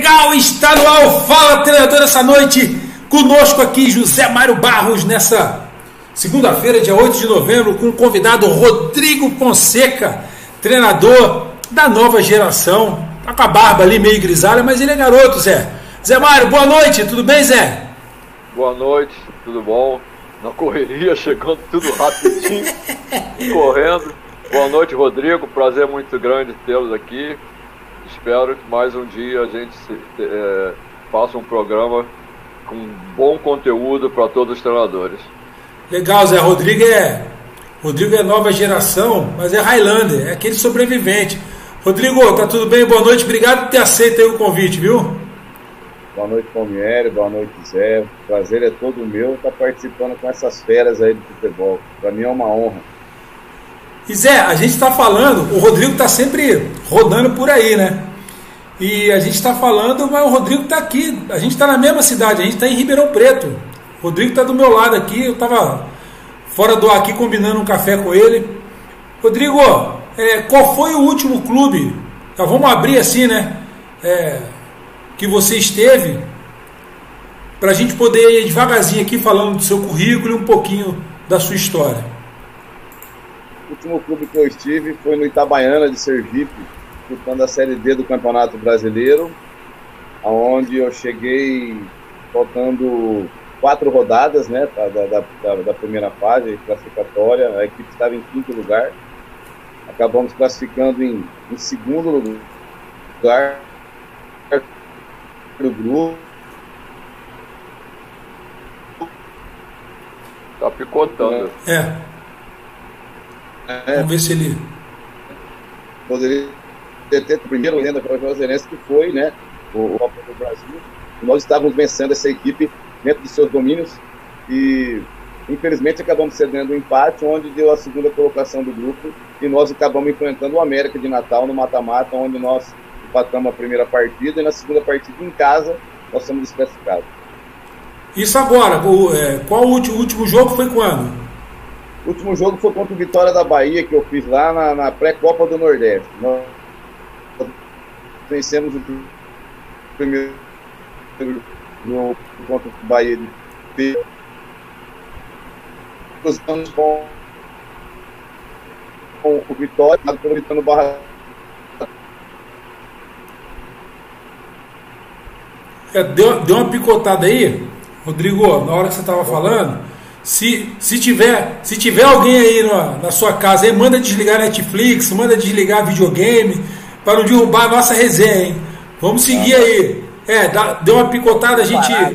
Legal, está no ar o Fala Treinador essa noite. Conosco aqui José Mário Barros nessa segunda-feira, dia 8 de novembro, com o convidado Rodrigo Fonseca, treinador da nova geração. Tá com a barba ali meio grisalha, mas ele é garoto, Zé. Zé Mário, boa noite, tudo bem, Zé? Boa noite, tudo bom? Na correria, chegando tudo rapidinho, correndo. Boa noite, Rodrigo, prazer muito grande tê-los aqui. Espero que mais um dia a gente faça um programa com bom conteúdo para todos os treinadores. Legal, Zé. Rodrigo é nova geração, mas é Highlander, é aquele sobrevivente. Rodrigo, tá tudo bem? Boa noite, obrigado por ter aceito aí o convite, viu? Boa noite, Palmieri, boa noite, Zé. O prazer é todo meu estar participando com essas feras aí do futebol. Para mim é uma honra. E Zé, a gente está falando, o Rodrigo está sempre rodando por aí, né? E a gente está falando, mas o Rodrigo está aqui, a gente está na mesma cidade, a gente está em Ribeirão Preto. O Rodrigo está do meu lado aqui, eu estava fora do ar aqui combinando um café com ele. Rodrigo, qual foi o último clube? Então, vamos abrir assim, né? Que você esteve, para a gente poder ir devagarzinho aqui falando do seu currículo e um pouquinho da sua história. O último clube que eu estive foi no Itabaiana de Sergipe, disputando a Série D do Campeonato Brasileiro, onde eu cheguei faltando 4 rodadas, né, da primeira fase classificatória. A equipe estava em 5º lugar, acabamos classificando em 2º lugar do grupo. Tá picotando. Vamos ver se ele poderia ter o primeiro lenda para o Juazeirense, que foi, né, o Copa do Brasil. E nós estávamos vencendo essa equipe dentro dos seus domínios e infelizmente acabamos cedendo um empate, onde deu a 2ª colocação do grupo, e nós acabamos enfrentando o América de Natal no mata-mata, onde nós empatamos a primeira partida e na segunda partida em casa nós somos desclassificados. Isso agora, qual o último jogo foi quando? O último jogo foi contra o Vitória da Bahia, que eu fiz lá na pré-Copa do Nordeste. Nós vencemos o primeiro jogo contra o Bahia de Feira. Cruzamos com o Vitória, aproveitando o Barra. Deu uma picotada aí, Rodrigo, na hora que você estava falando. Se tiver alguém aí na sua casa, aí manda desligar a Netflix, manda desligar videogame, para não derrubar a nossa resenha, hein? Vamos seguir aí. Deu uma picotada,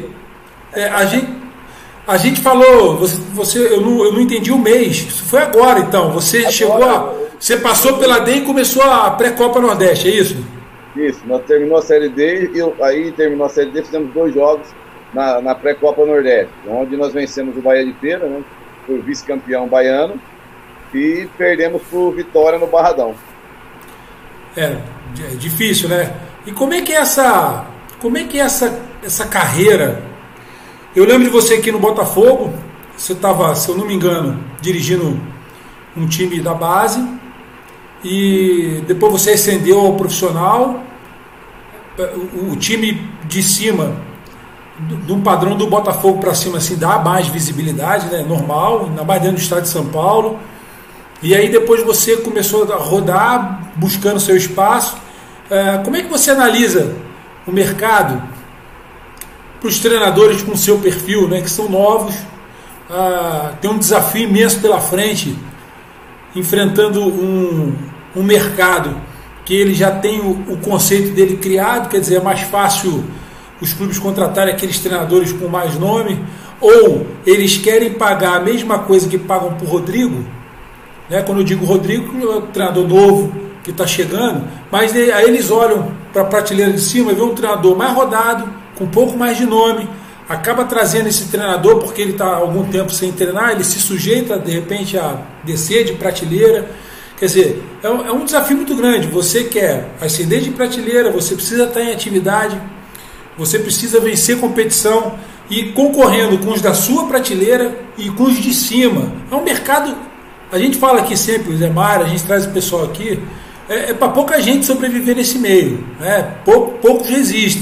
a gente falou, eu não entendi o mês, isso foi agora então, você você passou pela D e começou a pré-Copa Nordeste, é isso? Isso, nós terminou a Série D e aí terminou a Série D, fizemos 2 jogos na pré-Copa Nordeste, onde nós vencemos o Bahia de Feira, né? Foi o vice-campeão baiano, e perdemos para o Vitória no Barradão. É difícil, né? E como é que é essa carreira? Eu lembro de você aqui no Botafogo, você estava, se eu não me engano, dirigindo um time da base, e depois você ascendeu ao profissional, o time de cima, de um padrão do Botafogo para cima, assim, dá mais visibilidade, né? Normal, ainda mais dentro do estado de São Paulo. E aí depois você começou a rodar, buscando seu espaço. Como é que você analisa o mercado para os treinadores com seu perfil, né? Que são novos, tem um desafio imenso pela frente, enfrentando um mercado que ele já tem o conceito dele criado, quer dizer, é mais fácil os clubes contratarem aqueles treinadores com mais nome, ou eles querem pagar a mesma coisa que pagam para o Rodrigo, né? Quando eu digo Rodrigo, é o treinador novo que está chegando, mas aí eles olham para a prateleira de cima e vê um treinador mais rodado, com um pouco mais de nome, acaba trazendo esse treinador porque ele está há algum tempo sem treinar, ele se sujeita de repente a descer de prateleira. Quer dizer, é um desafio muito grande. Você quer ascender de prateleira, você precisa estar em atividade, você precisa vencer competição e concorrendo com os da sua prateleira e com os de cima. É um mercado, a gente fala aqui sempre, o Zé Mário, a gente traz o pessoal aqui, para pouca gente sobreviver nesse meio, né? Poucos resistem.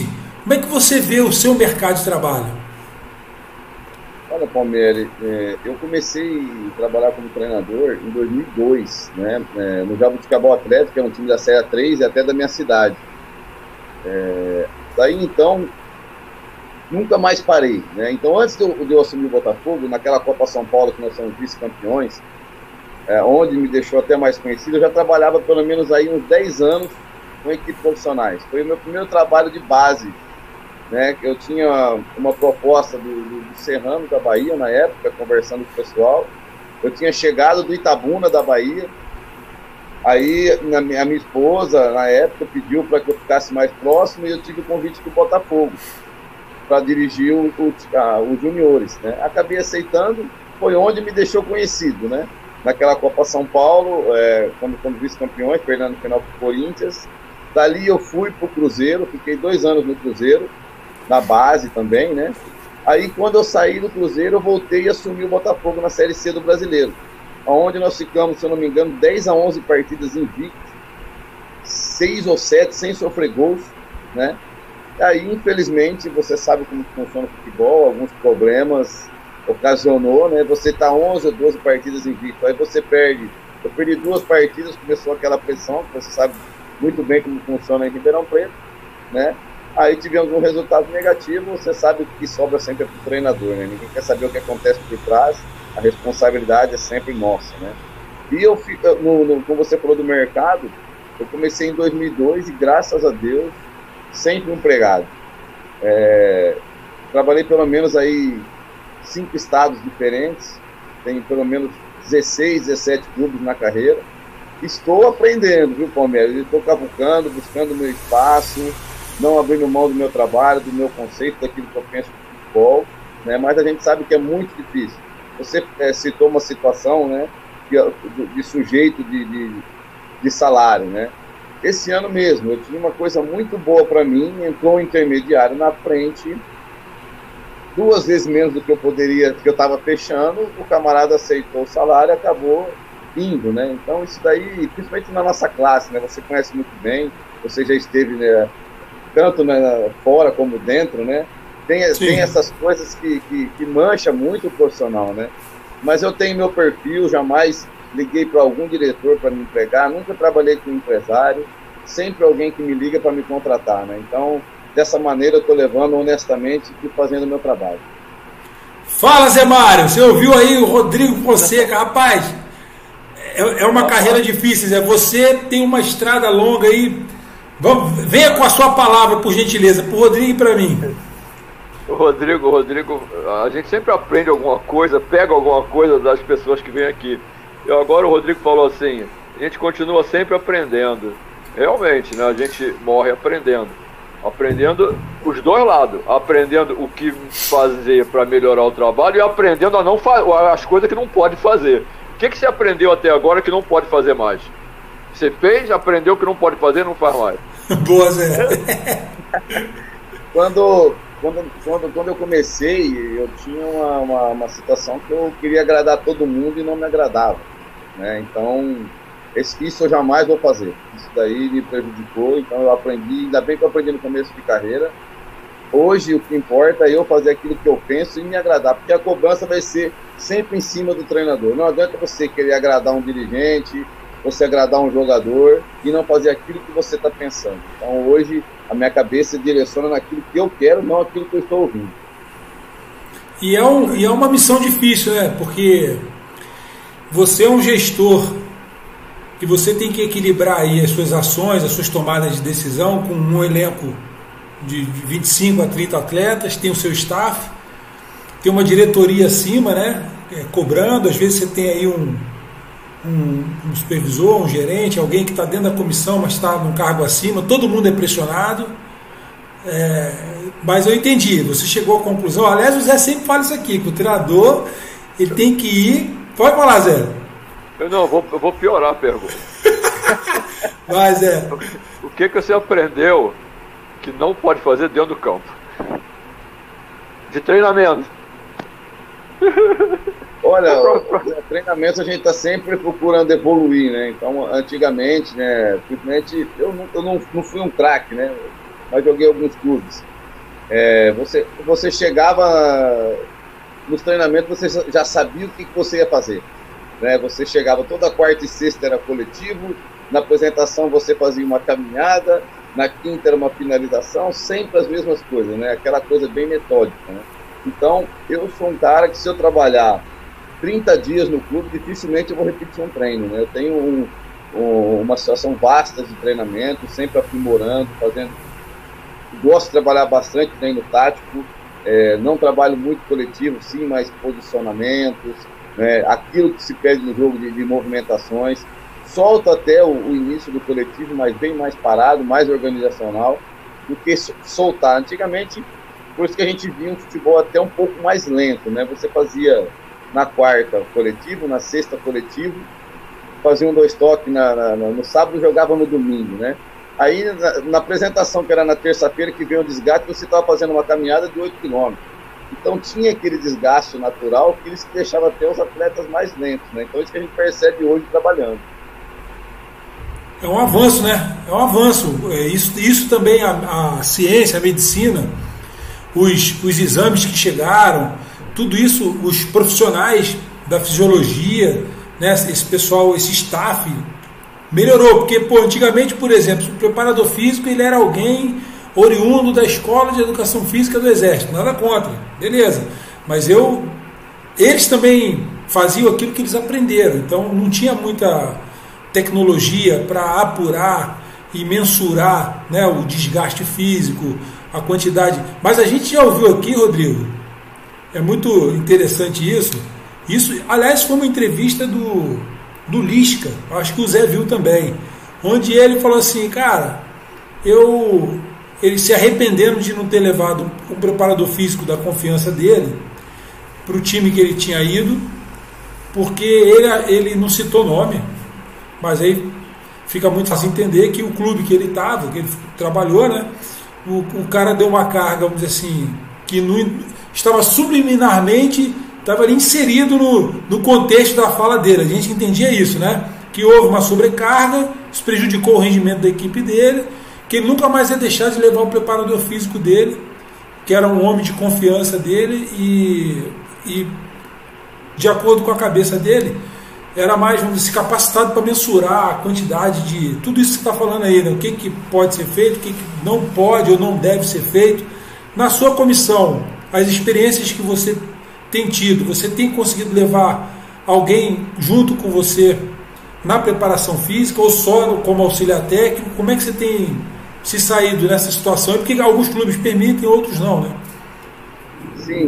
Como é que você vê o seu mercado de trabalho? Olha, Palmeiras, eu comecei a trabalhar como treinador em 2002, né, no Jabuticabal Atlético, que é um time da Série 3 e até da minha cidade. Daí, então, nunca mais parei, né? Então, antes de eu assumir o Botafogo, naquela Copa São Paulo, que nós somos vice-campeões, onde me deixou até mais conhecido, eu já trabalhava pelo menos aí uns 10 anos com equipes profissionais. Foi o meu primeiro trabalho de base, né? Eu tinha uma proposta do Serrano da Bahia, na época, conversando com o pessoal. Eu tinha chegado do Itabuna da Bahia. Aí a minha esposa, na época, pediu para que eu ficasse mais próximo e eu tive o convite do Botafogo para dirigir os juniores, né? Acabei aceitando, foi onde me deixou conhecido, né? Naquela Copa São Paulo, quando vice-campeões, perdendo no final para o Corinthians. Dali eu fui para o Cruzeiro, fiquei 2 anos no Cruzeiro, na base também, né? Aí quando eu saí do Cruzeiro, eu voltei e assumi o Botafogo na Série C do Brasileiro, onde nós ficamos, se eu não me engano, 10 a 11 partidas invictos, 6 ou 7 sem sofrer gols, né? Aí, infelizmente, você sabe como funciona o futebol, alguns problemas ocasionou, né? Você está 11 ou 12 partidas invicto, aí você perde. Eu perdi 2 partidas, começou aquela pressão, que você sabe muito bem como funciona em Ribeirão Preto, né? Aí tivemos um resultado negativo, você sabe que sobra sempre para o treinador, né? Ninguém quer saber o que acontece por trás, a responsabilidade é sempre nossa, né? E eu fico, como você falou do mercado, eu comecei em 2002 e graças a Deus, sempre empregado. Trabalhei pelo menos aí 5 estados diferentes, tenho pelo menos 16, 17 clubes na carreira. Estou aprendendo, viu, Palmeiras? Estou cavucando, buscando meu espaço, não abrindo mão do meu trabalho, do meu conceito, daquilo que eu penso no futebol, né? Mas a gente sabe que é muito difícil. Você citou uma situação, né, de sujeito de salário, né? Esse ano mesmo, eu tinha uma coisa muito boa para mim, entrou um intermediário na frente, 2 vezes menos do que eu poderia, que eu estava fechando, o camarada aceitou o salário e acabou indo, né? Então isso daí, principalmente na nossa classe, né? Você conhece muito bem, você já esteve, né, tanto fora como dentro, né? Tem essas coisas que mancha muito o profissional, né? Mas eu tenho meu perfil, jamais liguei para algum diretor para me empregar, nunca trabalhei com empresário, sempre alguém que me liga para me contratar, né? Então, dessa maneira eu estou levando honestamente e fazendo o meu trabalho. Fala, Zé Mário, você ouviu aí o Rodrigo Fonseca? Rapaz, é uma carreira difícil, Zé. Você tem uma estrada longa aí. Venha com a sua palavra, por gentileza, para o Rodrigo e para mim. Rodrigo, a gente sempre aprende alguma coisa, pega alguma coisa das pessoas que vêm aqui. E agora o Rodrigo falou assim, a gente continua sempre aprendendo. Realmente, né? A gente morre aprendendo. Aprendendo os 2 lados. Aprendendo o que fazer para melhorar o trabalho e aprendendo a não as coisas que não pode fazer. O que você aprendeu até agora que não pode fazer mais? Você fez, aprendeu que não pode fazer, não faz mais. Boa, Zé. Quando eu comecei, eu tinha uma situação que eu queria agradar todo mundo e não me agradava, né? Então, isso eu jamais vou fazer. Isso daí me prejudicou, então eu aprendi, ainda bem que eu aprendi no começo de carreira. Hoje o que importa é eu fazer aquilo que eu penso e me agradar, porque a cobrança vai ser sempre em cima do treinador. Não adianta você querer agradar um dirigente, você agradar um jogador e não fazer aquilo que você está pensando. Então hoje a minha cabeça direciona naquilo que eu quero, não aquilo que eu estou ouvindo. E é uma missão difícil, né? Porque você é um gestor e você tem que equilibrar aí as suas ações, as suas tomadas de decisão com um elenco de 25 a 30 atletas, tem o seu staff, tem uma diretoria acima, né? Cobrando, às vezes você tem aí um supervisor, um gerente, alguém que está dentro da comissão, mas está num cargo acima, todo mundo é pressionado. Mas eu entendi, você chegou à conclusão, aliás o Zé sempre fala isso aqui, que o treinador ele tem que ir. Pode falar, Zé. Eu vou piorar a pergunta. Vai, Zé. O que você aprendeu que não pode fazer dentro do campo? De treinamento. Olha, treinamento a gente está sempre procurando evoluir, né? Então, antigamente, né? Simplesmente, eu não fui um craque, né? Mas joguei alguns clubes. Você chegava nos treinamentos, você já sabia o que você ia fazer, né? Você chegava toda quarta e sexta era coletivo, na apresentação você fazia uma caminhada, na quinta era uma finalização, sempre as mesmas coisas, né? Aquela coisa bem metódica, né? Então, eu sou um cara que, se eu trabalhar 30 dias no clube, dificilmente eu vou repetir um treino, né? Eu tenho uma situação vasta de treinamento, sempre aprimorando, fazendo. Gosto de trabalhar bastante treino tático, não trabalho muito coletivo, sim, mas posicionamentos, né? Aquilo que se pede no jogo de movimentações. Solto até o início do coletivo, mas bem mais parado, mais organizacional, do que soltar. Antigamente, por isso que a gente via um futebol até um pouco mais lento, né? Você fazia na quarta coletivo, na sexta coletivo, fazia 2 toques no sábado e jogava no domingo, né? Aí, na apresentação, que era na terça-feira, que veio um desgaste, você estava fazendo uma caminhada de 8 km. Então, tinha aquele desgaste natural que eles deixavam até os atletas mais lentos, né? Então, isso que a gente percebe hoje trabalhando. É um avanço, né? É um avanço. Isso também, a ciência, a medicina, os exames que chegaram, tudo isso, os profissionais da fisiologia, né? Esse pessoal, esse staff, melhorou, porque antigamente, por exemplo, o preparador físico ele era alguém oriundo da Escola de Educação Física do Exército, nada contra, beleza, mas eles também faziam aquilo que eles aprenderam, então não tinha muita tecnologia para apurar e mensurar, né, o desgaste físico, a quantidade, mas a gente já ouviu aqui, Rodrigo, é muito interessante isso, aliás, foi uma entrevista do Lisca, acho que o Zé viu também, onde ele falou assim, cara, ele se arrependendo de não ter levado o preparador físico da confiança dele para o time que ele tinha ido, porque ele não citou nome, mas aí fica muito fácil entender que o clube que ele estava, que ele trabalhou, né, o cara deu uma carga, vamos dizer assim, que estava subliminarmente, estava ali inserido no contexto da fala dele, a gente entendia isso, né? Que houve uma sobrecarga, isso prejudicou o rendimento da equipe dele, que ele nunca mais ia deixar de levar o preparador físico dele, que era um homem de confiança dele, e de acordo com a cabeça dele, era mais, vamos dizer, capacitado para mensurar a quantidade de tudo isso que você está falando aí, né? O que pode ser feito, o que não pode ou não deve ser feito. Na sua comissão, as experiências que você tem tido, você tem conseguido levar alguém junto com você na preparação física ou só como auxiliar técnico? Como é que você tem se saído nessa situação? Porque alguns clubes permitem, outros não, né? Sim,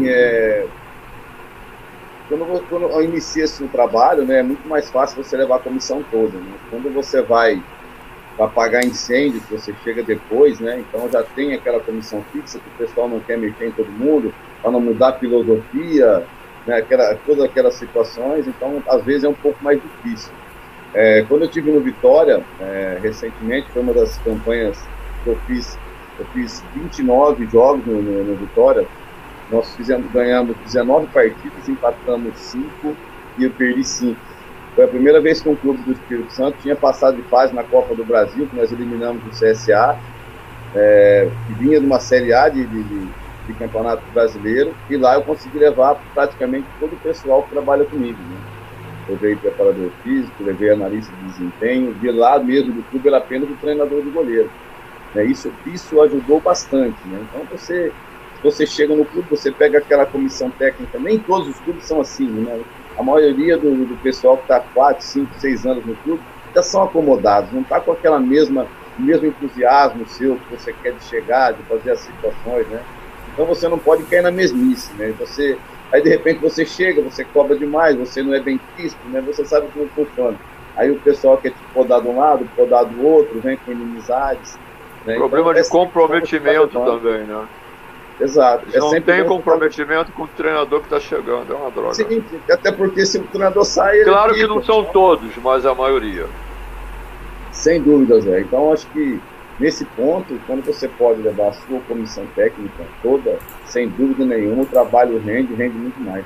quando eu inicio esse trabalho, né, é muito mais fácil você levar a comissão toda, né? Quando você vai apagar incêndio, que você chega depois, né, então já tem aquela comissão fixa que o pessoal não quer mexer em todo mundo, para não mudar a filosofia, né, todas aquelas situações, então às vezes é um pouco mais difícil. Quando eu estive no Vitória, recentemente, foi uma das campanhas que eu fiz 29 jogos no Vitória. Nós ganhamos 19 partidas, empatamos 5 e eu perdi 5. Foi a primeira vez que um clube do Espírito Santo tinha passado de fase na Copa do Brasil, que nós eliminamos o CSA, que vinha de uma Série A de Campeonato Brasileiro, e lá eu consegui levar praticamente todo o pessoal que trabalha comigo, né? Levei preparador físico, levei analista de desempenho, de lá mesmo do clube era apenas o treinador de goleiro, né? Isso ajudou bastante, né? Então você chega no clube, você pega aquela comissão técnica, nem todos os clubes são assim, né? A maioria do pessoal que está 4, 5, 6 anos no clube já são acomodados, não está com aquela mesmo entusiasmo seu que você quer de chegar, de fazer as situações, né? Então você não pode cair na mesmice, né? Aí de repente você chega, você cobra demais, você não é bem quisto, né? Você sabe como funciona. Aí o pessoal quer te podar de um lado, podar do outro, vem com inimizades, né? Problema então, de comprometimento também, né? Exato. Não tem comprometimento com o treinador que está chegando, é uma droga. Sim, até porque se o treinador sai... Claro que não são todos, mas a maioria. Sem dúvida, Zé. Então, acho que nesse ponto, quando você pode levar a sua comissão técnica toda, sem dúvida nenhuma, o trabalho rende muito mais.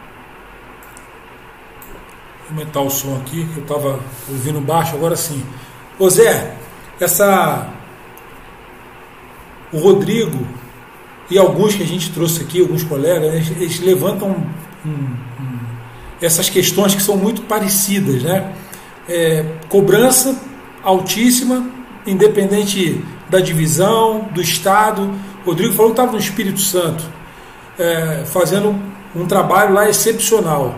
Vou aumentar o som aqui, que eu estava ouvindo baixo, agora sim. Ô Zé, o Rodrigo, e alguns que a gente trouxe aqui, alguns colegas, eles levantam essas questões que são muito parecidas, né? Cobrança altíssima, independente da divisão, do estado. O Rodrigo falou que estava no Espírito Santo, fazendo um trabalho lá excepcional.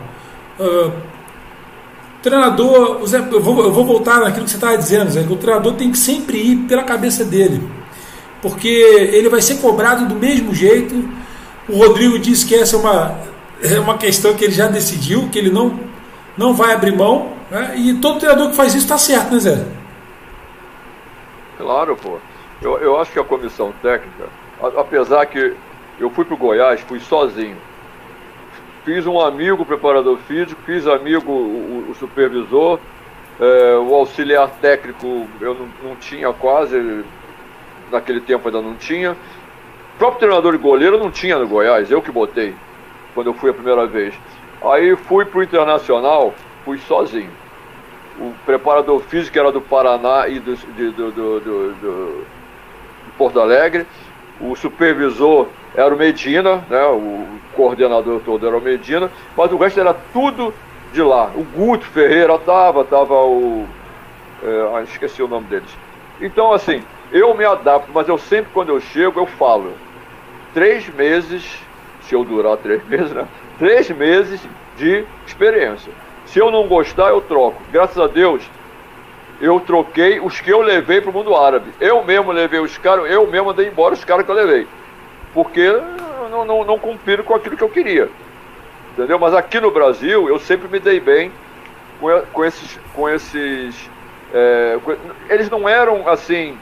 Treinador, Zé, eu vou voltar naquilo que você estava dizendo, Zé, que o treinador tem que sempre ir pela cabeça dele, porque ele vai ser cobrado do mesmo jeito. O Rodrigo disse que essa é uma questão que ele já decidiu, que ele não vai abrir mão, né? E todo treinador que faz isso está certo, né, Zé? Claro, pô. Eu acho que a comissão técnica, apesar que eu fui para o Goiás, fui sozinho. Fiz um amigo preparador físico, fiz amigo o supervisor, o auxiliar técnico eu não tinha quase, naquele tempo ainda não tinha. O próprio treinador de goleiro não tinha no Goiás, eu que botei, quando eu fui a primeira vez. Aí fui para o Internacional, fui sozinho. O preparador físico era do Paraná e de Porto Alegre. O supervisor era o Medina, né? O coordenador todo era o Medina, mas o resto era tudo de lá. O Guto Ferreira estava esqueci o nome deles. Então, assim, eu me adapto, mas eu sempre, quando eu chego, eu falo 3 meses, se eu durar 3 meses, né? 3 meses de experiência. Se eu não gostar, eu troco. Graças a Deus, eu troquei os que eu levei para o mundo árabe. Eu mesmo levei os caras, eu mesmo mandei embora os caras que eu levei. Porque não cumpriram com aquilo que eu queria. Entendeu? Mas aqui no Brasil, eu sempre me dei bem com esses eles não eram, assim,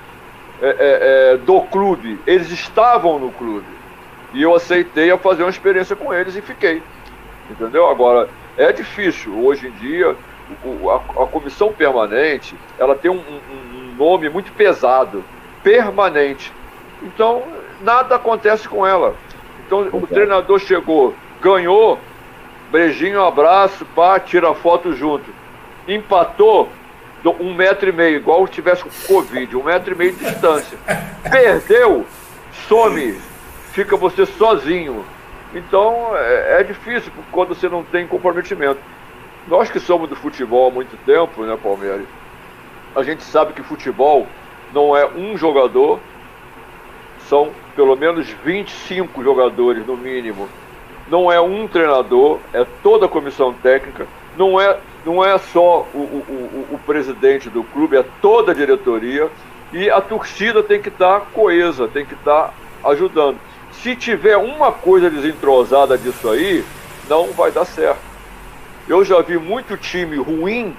do clube. Eles estavam no clube. E eu aceitei a fazer uma experiência com eles e fiquei. Entendeu? Agora, é difícil. Hoje em dia, a comissão permanente, ela tem um nome muito pesado. Permanente. Então, nada acontece com ela. Então, o treinador chegou, ganhou, beijinho, abraço, pá, tira foto junto. Empatou 1,5 metro, igual se tivesse com Covid, 1,5 metro de distância. Perdeu, some, fica você sozinho. Então, é difícil quando você não tem comprometimento. Nós que somos do futebol há muito tempo, né, Palmeiras? A gente sabe que futebol não é um jogador, são pelo menos 25 jogadores no mínimo. Não é um treinador, é toda a comissão técnica. Não é só o presidente do clube, é toda a diretoria. E a torcida tem que estar coesa, tem que estar ajudando. Se tiver uma coisa desentrosada disso aí, não vai dar certo. Eu já vi muito time ruim,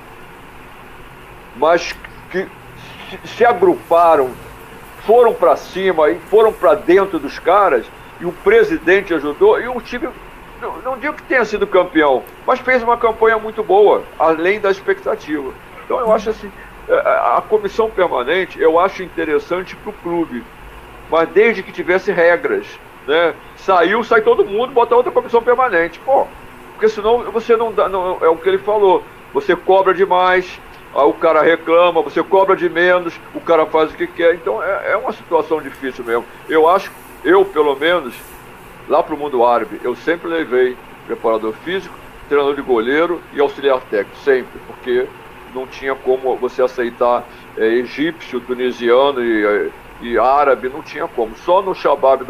mas que se agruparam, foram para cima e foram para dentro dos caras, e o presidente ajudou, e o time, não digo que tenha sido campeão, mas fez uma campanha muito boa, além da expectativa. Então eu acho assim, a comissão permanente, eu acho interessante para o clube, mas desde que tivesse regras, né? Sai todo mundo, bota outra comissão permanente, pô, porque senão você não dá, é o que ele falou, você cobra demais, aí o cara reclama, você cobra de menos, o cara faz o que quer, então é uma situação difícil mesmo. Eu pelo menos, lá pro mundo árabe, eu sempre levei preparador físico, treinador de goleiro e auxiliar técnico, sempre, porque não tinha como você aceitar egípcio, tunisiano e árabe, não tinha como. Só no Shabab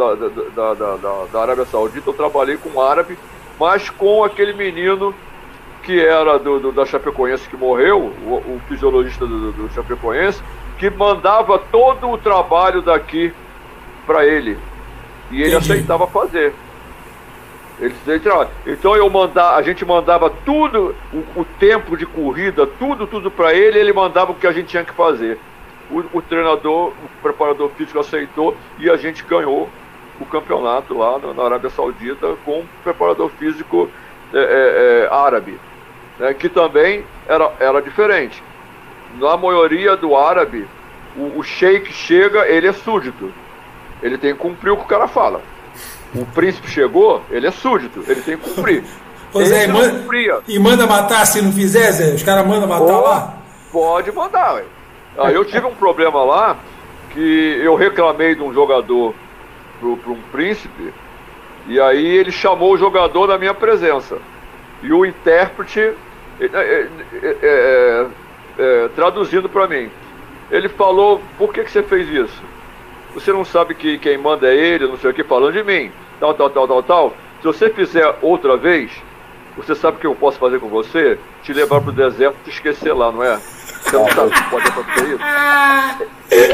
da Arábia Saudita eu trabalhei com árabe, mas com aquele menino que era da Chapecoense, que morreu, o fisiologista do Chapecoense, que mandava todo o trabalho daqui para ele. E ele aceitava fazer. Então a gente mandava tudo, o tempo de corrida, tudo para ele, ele mandava o que a gente tinha que fazer. O treinador, o preparador físico aceitou e a gente ganhou o campeonato lá na Arábia Saudita com o preparador físico árabe, né, que também era diferente. Na maioria do árabe, o sheik chega, ele é súdito. Ele tem que cumprir o que o cara fala. O príncipe chegou, ele é súdito, ele tem que cumprir. Ô, Zé, e manda matar se não fizer, Zé? Os caras mandam matar lá? Pode mandar, ué. Aí eu tive um problema lá, que eu reclamei de um jogador para um príncipe, e aí ele chamou o jogador na minha presença. E o intérprete, traduzindo para mim, ele falou: por que você fez isso? Você não sabe que quem manda é ele, não sei o que, falando de mim, tal. Se você fizer outra vez, você sabe o que eu posso fazer com você? Te levar pro deserto e te esquecer lá, não é? Você não sabe que pode acontecer isso?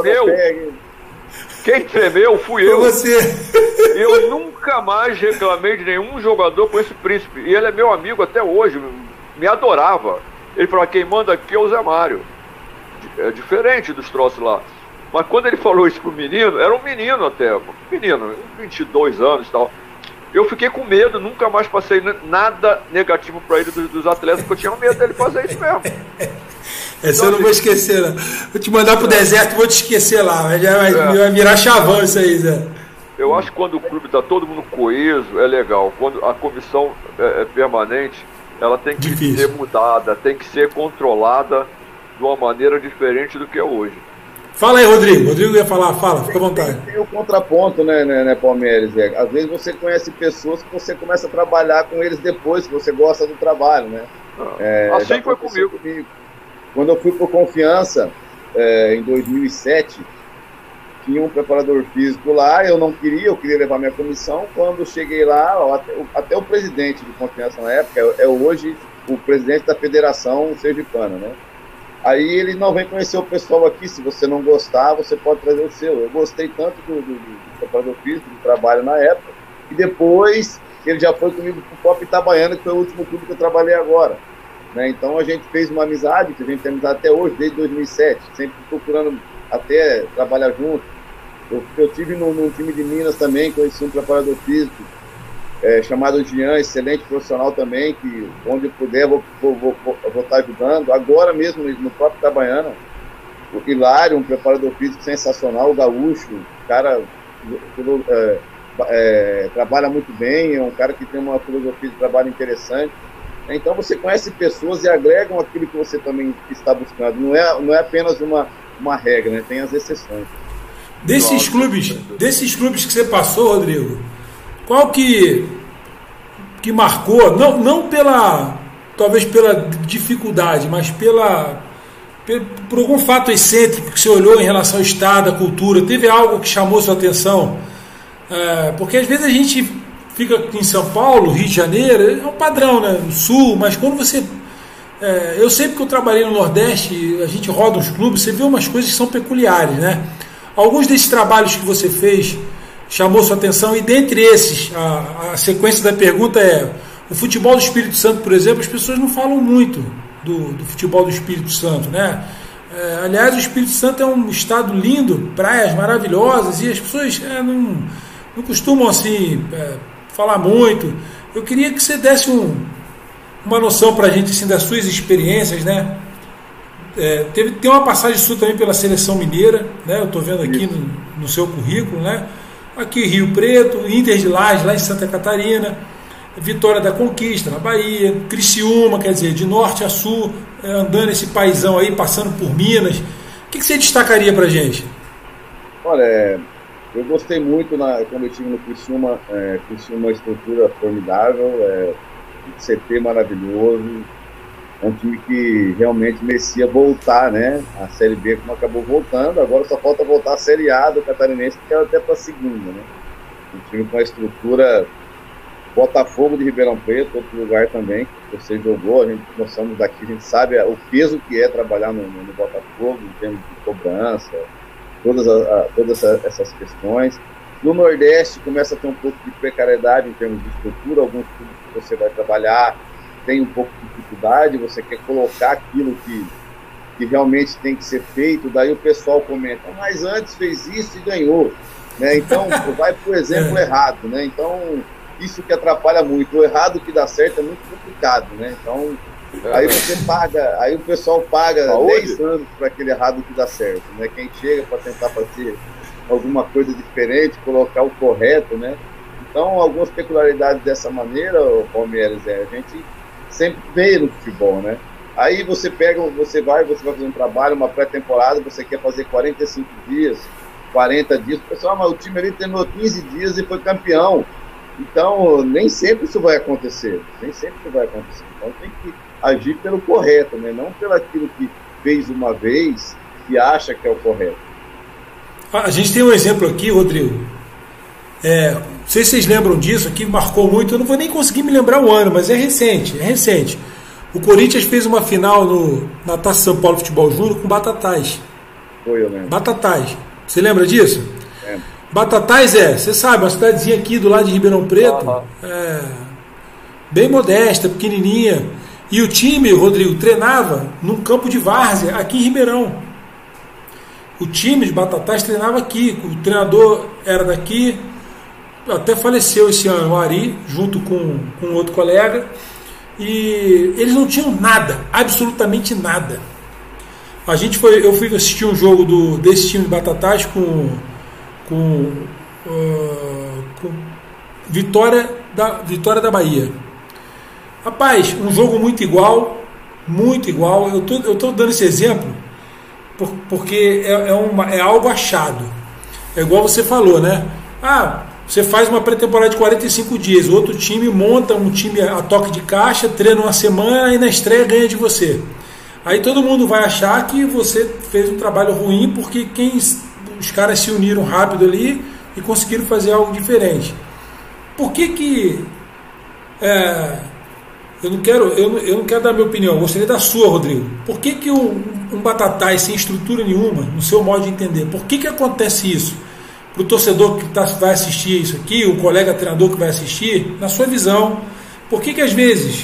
Quem tremeu fui eu. Eu nunca mais reclamei de nenhum jogador com esse príncipe. E ele é meu amigo até hoje, me adorava. Ele falou: quem manda aqui é o Zé Mário. É diferente dos troços lá. Mas quando ele falou isso pro menino, era um menino até, 22 anos e tal. Eu fiquei com medo, nunca mais passei nada negativo para ele dos atletas, porque eu tinha medo dele fazer isso mesmo. Essa eu não vou esquecer, não. Vou te mandar pro deserto, vou te esquecer lá. Vai virar chavão isso aí, Zé. Eu acho que quando o clube está todo mundo coeso, é legal. Quando a comissão é permanente, ela tem que ser mudada, tem que ser controlada de uma maneira diferente do que é hoje. Fala aí, Rodrigo. Rodrigo ia falar, fica à vontade. Tem o contraponto, né, Palmeiras? Às vezes você conhece pessoas que você começa a trabalhar com eles depois que você gosta do trabalho, né? Assim foi comigo. Quando eu fui por Confiança, em 2007, tinha um preparador físico lá, eu queria levar minha comissão. Quando cheguei lá, até o presidente de Confiança na época é hoje o presidente da Federação Sergipana, né? Aí ele: não, vem conhecer o pessoal aqui, se você não gostar, você pode trazer o seu. Eu gostei tanto do preparador físico, do trabalho na época, e depois ele já foi comigo pro Copa Itabaiana, que foi o último clube que eu trabalhei agora, né? Então a gente fez uma amizade, que a gente tem amizade até hoje, desde 2007, sempre procurando até trabalhar junto. Eu tive num time de Minas também, conheci um preparador físico, chamado Jean, excelente profissional também, que onde eu puder vou estar ajudando. Agora mesmo, no próprio Itabaiana, o Hilário, um preparador físico sensacional, o Gaúcho, cara, trabalha muito bem, é um cara que tem uma filosofia de trabalho interessante. Então você conhece pessoas e agregam aquilo que você também está buscando. Não é apenas uma regra, né? Tem as exceções. Desses clubes que você passou, Rodrigo, qual que marcou, não talvez pela dificuldade, mas por algum fato excêntrico que você olhou em relação ao Estado, à cultura? Teve algo que chamou sua atenção? Porque às vezes a gente fica em São Paulo, Rio de Janeiro, é um padrão, né? No Sul, mas quando você... eu sei porque eu trabalhei no Nordeste, a gente roda uns clubes, você vê umas coisas que são peculiares, né? Alguns desses trabalhos que você fez chamou sua atenção, e dentre esses, a sequência da pergunta é: o futebol do Espírito Santo, por exemplo, as pessoas não falam muito do futebol do Espírito Santo, né? Aliás, o Espírito Santo é um estado lindo, praias maravilhosas, e as pessoas não costumam assim falar muito. Eu queria que você desse uma noção para a gente assim, das suas experiências, né? Tem uma passagem sua também pela Seleção Mineira, né? Eu estou vendo aqui no seu currículo, né? Aqui Rio Preto, Inter de Lages, lá em Santa Catarina, Vitória da Conquista, na Bahia, Criciúma, quer dizer, de norte a sul, andando esse paizão aí, passando por Minas. O que você destacaria para a gente? Olha, eu gostei muito quando eu estive no Criciúma. Criciúma é uma estrutura formidável, CT maravilhoso. É um time que realmente merecia voltar, né? A Série B, como acabou voltando, agora só falta voltar a Série A do Catarinense, que é até para a segunda, né? Um time com a estrutura. Botafogo de Ribeirão Preto, outro lugar também que você jogou, nós somos daqui, a gente sabe o peso que é trabalhar no Botafogo, em termos de cobrança, todas essas questões. No Nordeste começa a ter um pouco de precariedade em termos de estrutura, alguns clubes que você vai trabalhar tem um pouco de dificuldade, você quer colocar aquilo que realmente tem que ser feito, daí o pessoal comenta: mas antes fez isso e ganhou, né? Então vai pro exemplo errado, né? Então isso que atrapalha muito. O errado que dá certo é muito complicado, né? Então aí aí o pessoal paga 10 anos para aquele errado que dá certo, né? Quem chega para tentar fazer alguma coisa diferente, colocar o correto, né? Então algumas peculiaridades dessa maneira, Palmeiras, a gente sempre vê no futebol, né? Aí você vai fazer um trabalho, uma pré-temporada, você quer fazer 45 dias, 40 dias. Pessoal, mas o time ali treinou 15 dias e foi campeão. Então, nem sempre isso vai acontecer. Então, tem que agir pelo correto, né? Não pelo aquilo que fez uma vez e acha que é o correto. A gente tem um exemplo aqui, Rodrigo. Não sei se vocês lembram disso, aqui marcou muito. Eu não vou nem conseguir me lembrar o ano, mas é recente. O Corinthians fez uma final na Taça São Paulo Futebol Júnior com Batatais. Foi, eu lembro. Batatais. Você lembra disso? É. Batatais você sabe, uma cidadezinha aqui do lado de Ribeirão Preto. Bem modesta, pequenininha. E o time, Rodrigo, treinava num campo de várzea aqui em Ribeirão. O time de Batatais treinava aqui. O treinador era daqui. Até faleceu esse ano o Ari, junto com outro colega. E eles não tinham nada, absolutamente nada. Eu fui assistir um jogo desse time de Batatais com Vitória da Bahia. Rapaz, um jogo muito igual. Eu estou dando esse exemplo porque é algo achado. É igual você falou, né? Você faz uma pré-temporada de 45 dias, o outro time monta um time a toque de caixa, treina uma semana e na estreia ganha de você. Aí todo mundo vai achar que você fez um trabalho ruim porque os caras se uniram rápido ali e conseguiram fazer algo diferente. Por que eu não quero dar minha opinião, eu gostaria da sua, Rodrigo. Por que um Batatais sem estrutura nenhuma, no seu modo de entender, por que acontece isso? Para o torcedor que vai assistir isso aqui, o colega treinador que vai assistir, na sua visão, por que às vezes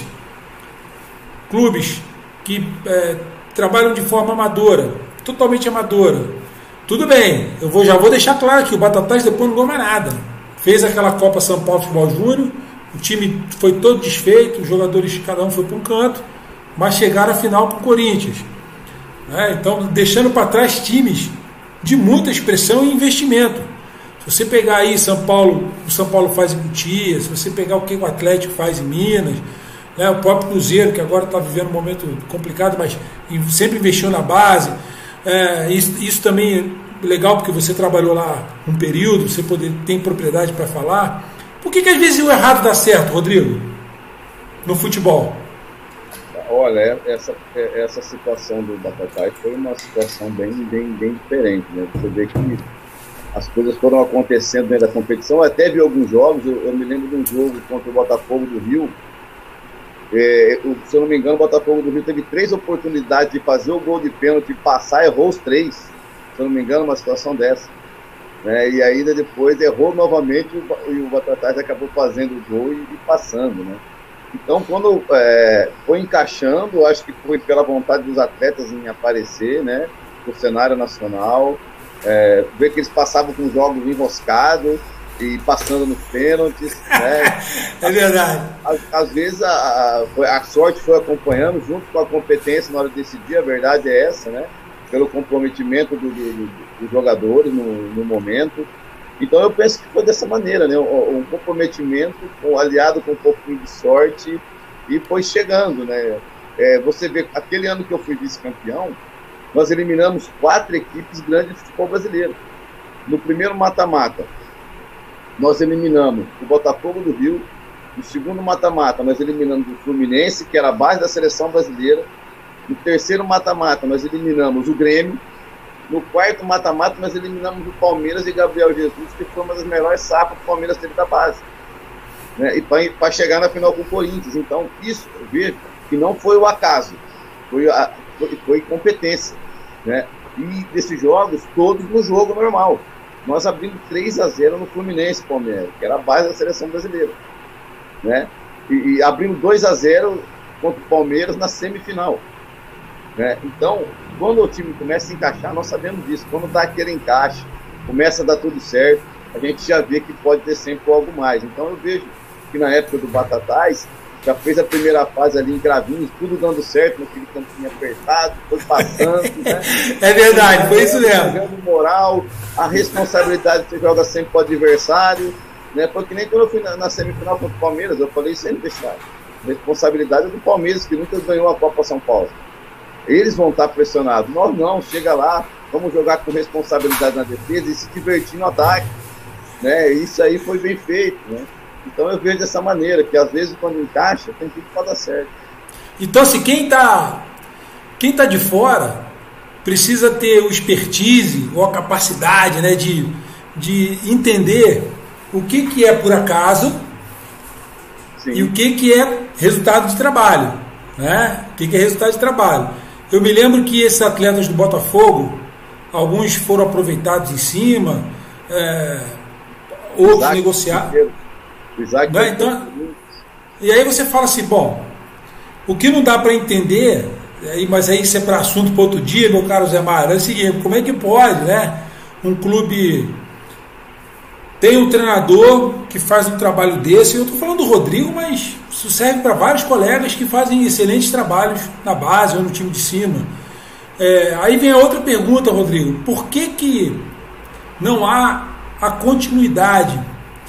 clubes que trabalham de forma amadora, totalmente amadora, tudo bem, já vou deixar claro que o Batatais depois não ganhou mais nada, fez aquela Copa São Paulo Futebol Júnior, o time foi todo desfeito, os jogadores, cada um foi para um canto, mas chegaram à final com o Corinthians, né? Então deixando para trás times de muita expressão e investimento. Se você pegar aí o São Paulo faz em Cotia, se você pegar o que o Atlético faz em Minas, né, o próprio Cruzeiro, que agora está vivendo um momento complicado, mas sempre investiu na base. Isso também é legal, porque você trabalhou lá um período, você tem propriedade para falar. Por que às vezes o errado dá certo, Rodrigo, no futebol? Olha, essa situação do Batatais foi uma situação bem diferente, né? Você vê que as coisas foram acontecendo dentro da competição. Eu até vi alguns jogos, eu me lembro de um jogo contra o Botafogo do Rio. Se eu não me engano, o Botafogo do Rio teve 3 oportunidades de fazer o gol de pênalti e passar, errou os 3. Se eu não me engano, uma situação dessa. E ainda depois errou novamente e o Batatais acabou fazendo o gol e passando, né? Então, quando foi encaixando, acho que foi pela vontade dos atletas em aparecer, né, no cenário nacional, ver que eles passavam com jogos enroscados e passando nos pênaltis, né? É verdade. Às vezes a sorte foi acompanhando junto com a competência na hora de decidir, a verdade é essa, né? Pelo comprometimento dos jogadores no momento. Então eu penso que foi dessa maneira, né? Um comprometimento aliado com um pouquinho de sorte e foi chegando, né? Você vê, aquele ano que eu fui vice-campeão, nós eliminamos 4 equipes grandes de futebol brasileiro. No primeiro mata-mata, nós eliminamos o Botafogo do Rio. No segundo mata-mata, nós eliminamos o Fluminense, que era a base da seleção brasileira. No terceiro mata-mata, nós eliminamos o Grêmio. No quarto mata-mata, nós eliminamos o Palmeiras e Gabriel Jesus, que foi uma das melhores safras que o Palmeiras teve da base, né? E para chegar na final com o Corinthians. Então, isso eu vejo que não foi o acaso, foi competência, né? E desses jogos, todos no jogo normal. Nós abrimos 3-0 no Fluminense, Palmeiras, que era a base da seleção brasileira, né? E abrimos 2-0 contra o Palmeiras na semifinal. Então, quando o time começa a encaixar, nós sabemos disso. Quando dá aquele encaixe, começa a dar tudo certo, a gente já vê que pode ter sempre algo mais. Então eu vejo que na época do Batatais, já fez a primeira fase ali em Cravinhos, tudo dando certo, naquele campinho apertado, foi passando, né? É verdade, foi isso mesmo. Moral, a responsabilidade que você joga sempre para o adversário, né? Porque nem quando eu fui na semifinal contra o Palmeiras, eu falei sem deixar. A responsabilidade é do Palmeiras, que nunca ganhou a Copa São Paulo. Eles vão estar pressionados. Nós não, chega lá, vamos jogar com responsabilidade na defesa e se divertir no ataque, né? Isso aí foi bem feito, né? Então eu vejo dessa maneira, que às vezes quando encaixa, tem tudo para dar certo. Então, assim, quem tá de fora precisa ter o expertise ou a capacidade, né, de entender o que é por acaso. Sim. E o que é resultado de trabalho, né? O que é resultado de trabalho. Eu me lembro que esses atletas do Botafogo, alguns foram aproveitados em cima, outros Isaac, negociados. Isaac, né? Então, e aí você fala assim, bom, o que não dá para entender, mas aí isso é para assunto para outro dia, meu caro Zé Mário, é o seguinte, como é que pode, né? Um clube tem um treinador que faz um trabalho desse, eu estou falando do Rodrigo, mas isso serve para vários colegas que fazem excelentes trabalhos na base ou no time de cima. Aí vem a outra pergunta, Rodrigo, por que não há a continuidade?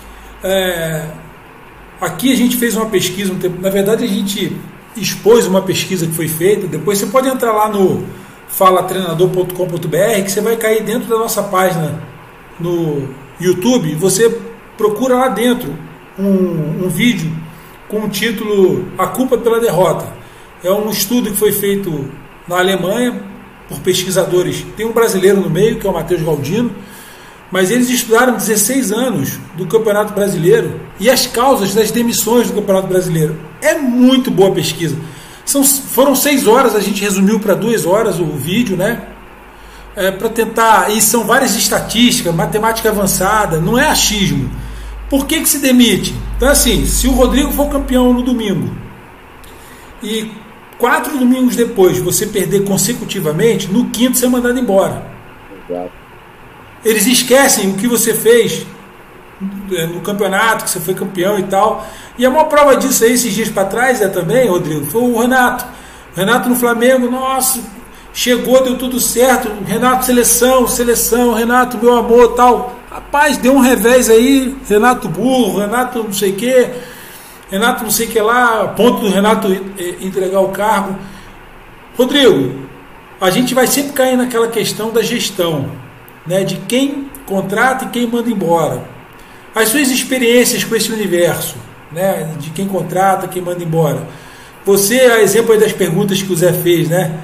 Aqui a gente fez uma pesquisa, na verdade a gente expôs uma pesquisa que foi feita, depois você pode entrar lá no falatreinador.com.br que você vai cair dentro da nossa página no YouTube, você procura lá dentro um vídeo com o título A Culpa pela Derrota. É um estudo que foi feito na Alemanha por pesquisadores, tem um brasileiro no meio que é o Matheus Galdino, mas eles estudaram 16 anos do Campeonato Brasileiro e as causas das demissões do Campeonato Brasileiro. É muito boa a pesquisa. Foram 6 horas, a gente resumiu para 2 horas o vídeo, né? Para tentar, e são várias estatísticas, matemática avançada, não é achismo. Por que se demite? Então assim, se o Rodrigo for campeão no domingo e 4 domingos depois você perder consecutivamente, no quinto você é mandado embora. Exato. Eles esquecem o que você fez no campeonato, que você foi campeão e tal. E a maior prova disso aí, esses dias para trás, também, Rodrigo, foi o Renato. O Renato no Flamengo, nossa, chegou, deu tudo certo. Renato, seleção, Renato, meu amor, tal. Rapaz, deu um revés aí, Renato burro, Renato não sei o que, Renato não sei o que lá, a ponto do Renato entregar o cargo. Rodrigo, a gente vai sempre cair naquela questão da gestão, né, de quem contrata e quem manda embora. As suas experiências com esse universo, né, de quem contrata, quem manda embora. Você, a exemplo aí das perguntas que o Zé fez, né,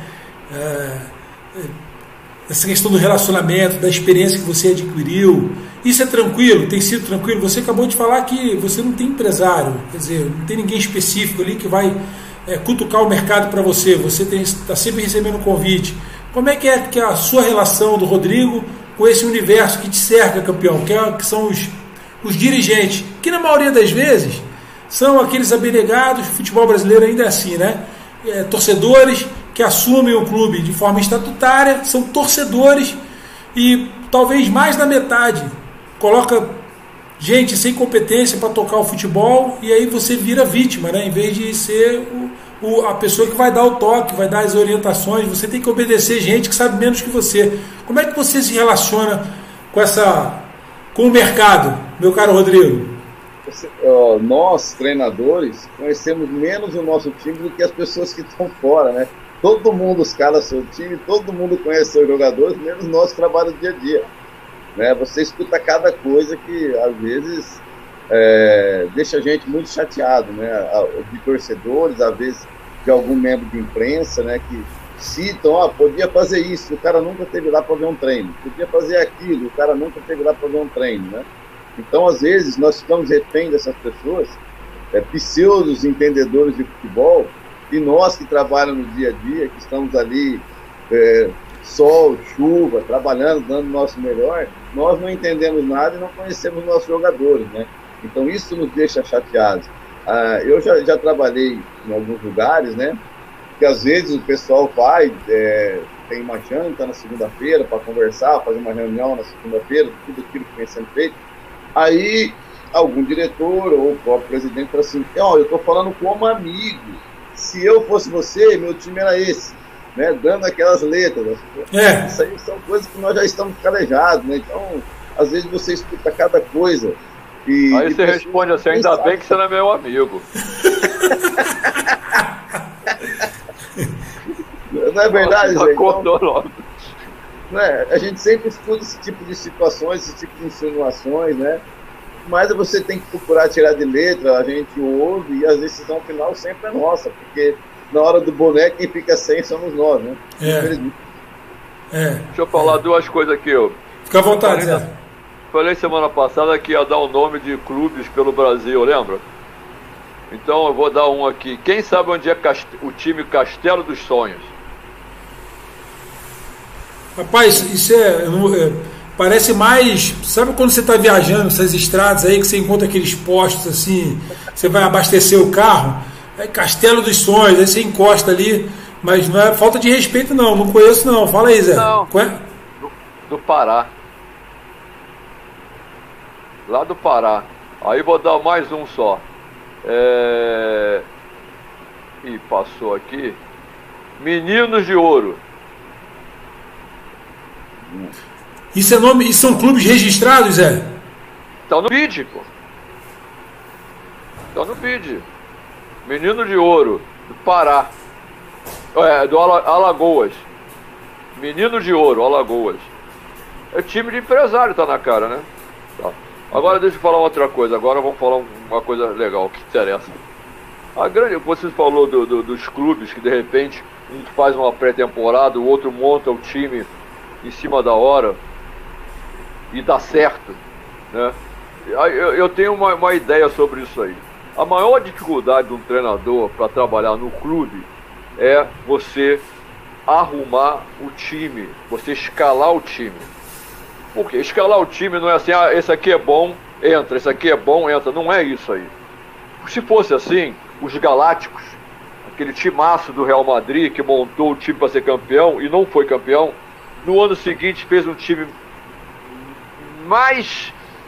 essa questão do relacionamento, da experiência que você adquiriu, isso é tranquilo? Tem sido tranquilo? Você acabou de falar que você não tem empresário, quer dizer, não tem ninguém específico ali que vai cutucar o mercado para você, você está sempre recebendo convite. Como é que é a sua relação do Rodrigo com esse universo que te cerca, campeão, que são os dirigentes, que na maioria das vezes são aqueles abnegados, o futebol brasileiro ainda é assim, né? Torcedores que assumem o clube de forma estatutária, são torcedores e talvez mais da metade coloca gente sem competência para tocar o futebol e aí você vira vítima, né? Em vez de ser a pessoa que vai dar o toque, vai dar as orientações, você tem que obedecer gente que sabe menos que você. Como é que você se relaciona com o mercado, meu caro Rodrigo? Nós, treinadores, conhecemos menos o nosso time do que as pessoas que estão fora, né? Todo mundo escala seu time, todo mundo conhece seus jogadores, menos nós que trabalhamos dia a dia, né? Você escuta cada coisa que, às vezes, deixa a gente muito chateado, né? De torcedores, às vezes, de algum membro de imprensa, né? Que citam, podia fazer isso, o cara nunca esteve lá para ver um treino. Podia fazer aquilo, o cara nunca esteve lá para ver um treino, né? Então, às vezes, nós ficamos refém dessas pessoas, pseudos entendedores de futebol, e nós que trabalhamos no dia a dia, que estamos ali, sol, chuva, trabalhando, dando o nosso melhor, nós não entendemos nada e não conhecemos nossos jogadores, né? Então, isso nos deixa chateados. Eu já trabalhei em alguns lugares, né? Que às vezes o pessoal vai, tem uma janta na segunda-feira para conversar, fazer uma reunião na segunda-feira, tudo aquilo que vem sendo feito. Aí, algum diretor ou o próprio presidente fala assim, eu estou falando como amigo, se eu fosse você, meu time era esse, né? Dando aquelas letras. Isso aí são coisas que nós já estamos calejados, né? Então, às vezes você escuta cada coisa. Aí você responde assim, ainda bem que você não é meu amigo. Não é verdade, Zé? Então, né? A gente sempre estuda esse tipo de situações, esse tipo de insinuações, né? Mas você tem que procurar tirar de letra, a gente ouve e a decisão final sempre é nossa, porque na hora do boneco quem fica sem somos nós, né? Deixa eu falar duas coisas aqui, ó. Fica à vontade, Zé. Falei semana passada que ia dar o nome de clubes pelo Brasil, lembra? Então eu vou dar um aqui. Quem sabe onde é o time Castelo dos Sonhos? Rapaz, isso parece mais... Sabe quando você está viajando nessas estradas aí, que você encontra aqueles postos assim, você vai abastecer o carro, é Castelo dos Sonhos, aí você encosta ali, mas não é falta de respeito não conheço não. Fala aí, Zé. Não, do Pará. Lá do Pará. Aí vou dar mais um só. Ih, passou aqui. Meninos de Ouro. Isso são clubes registrados, Zé? Tá no BID, pô. Tá no BID. Menino de Ouro, do Pará. Do Alagoas. Menino de Ouro, Alagoas. É time de empresário, tá na cara, né? Tá. Agora deixa eu falar outra coisa. Agora vamos falar uma coisa legal que interessa. Você falou dos clubes que de repente um faz uma pré-temporada, o outro monta o time em cima da hora e dá certo, né? Eu tenho uma ideia sobre isso aí. A maior dificuldade de um treinador para trabalhar no clube é você arrumar o time, você escalar o time. Por quê? Escalar o time não é assim, esse aqui é bom, entra, esse aqui é bom, entra. Não é isso aí. Se fosse assim, os Galácticos, aquele timaço do Real Madrid que montou o time para ser campeão e não foi campeão, no ano seguinte fez um time mais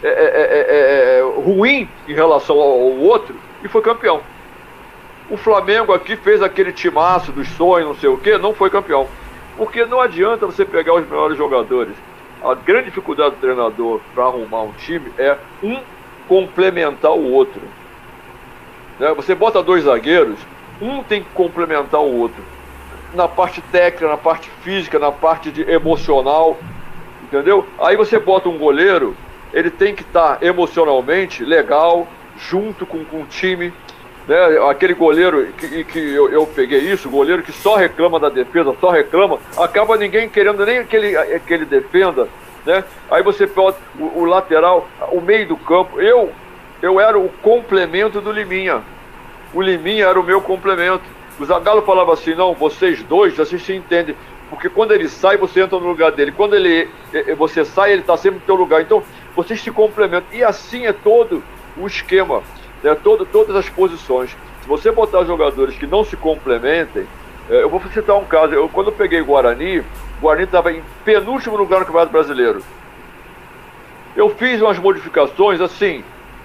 ruim em relação ao outro e foi campeão. O Flamengo aqui fez aquele timaço dos sonhos, não sei o que, não foi campeão. Porque não adianta você pegar os melhores jogadores. A grande dificuldade do treinador para arrumar um time é um complementar o outro. Né? Você bota dois zagueiros, um tem que complementar o outro. Na parte técnica, na parte física, na parte emocional, entendeu? Aí você bota um goleiro, ele tem que estar emocionalmente legal, junto com o time, né? Aquele goleiro que eu peguei isso, goleiro que só reclama da defesa, só reclama, acaba ninguém querendo nem que ele defenda, né? Aí você bota o lateral, o meio do campo. Eu era o complemento do Liminha. O Liminha era o meu complemento. O Zagallo falava assim, não, vocês dois, vocês se entendem, porque quando ele sai, você entra no lugar dele, quando você sai, ele está sempre no teu lugar, então vocês se complementam, e assim é todo o esquema, né? Todas as posições. Se você botar jogadores que não se complementem, eu vou citar um caso, quando eu peguei o Guarani estava em penúltimo lugar no Campeonato Brasileiro. Eu fiz umas modificações assim,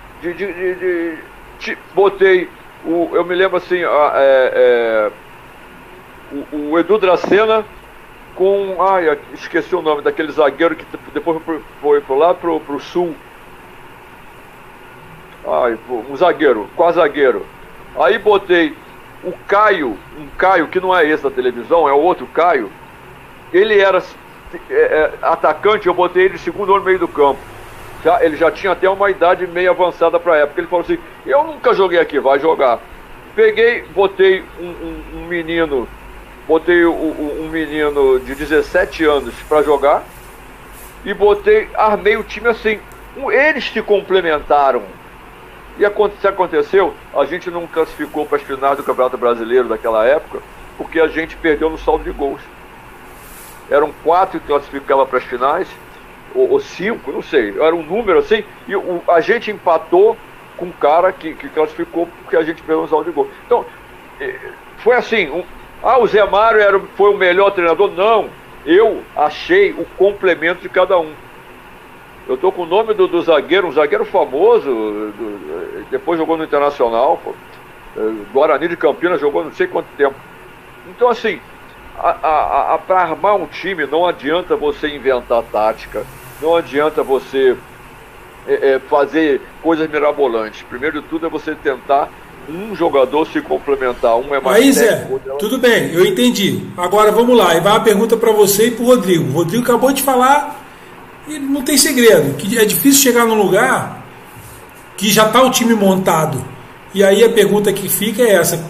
botei eu me lembro assim, o Edu Dracena com, esqueci o nome daquele zagueiro que depois foi lá pro sul, um zagueiro, quase zagueiro. Aí botei o Caio, um Caio que não é esse da televisão, é o outro Caio. Ele era atacante, eu botei ele segundo no meio do campo. Ele já tinha até uma idade meio avançada para a época. Ele falou assim, eu nunca joguei aqui, vai jogar. Peguei, botei um menino, um menino de 17 anos para jogar e armei o time assim. Eles se complementaram. E se aconteceu, a gente não classificou para as finais do Campeonato Brasileiro daquela época, porque a gente perdeu no saldo de gols. Eram 4 que classificavam para as finais, ou 5, não sei, era um número assim, e a gente empatou com um cara que classificou porque a gente perdeu no saldo de gol. Então, foi assim, o Zé Mário foi o melhor treinador? Não, eu achei o complemento de cada um. Eu tô com o nome do zagueiro, um zagueiro famoso, depois jogou no Internacional, Guarani de Campinas, jogou não sei quanto tempo. Então assim, para armar um time não adianta você inventar tática, não adianta você fazer coisas mirabolantes. Primeiro de tudo é você tentar um jogador se complementar, um é mais aí, Zé, técnico, tudo bem, eu entendi. Agora vamos lá, e vai uma pergunta para você e para o Rodrigo. O Rodrigo acabou de falar e não tem segredo, que é difícil chegar num lugar que já está o time montado. E aí a pergunta que fica é essa: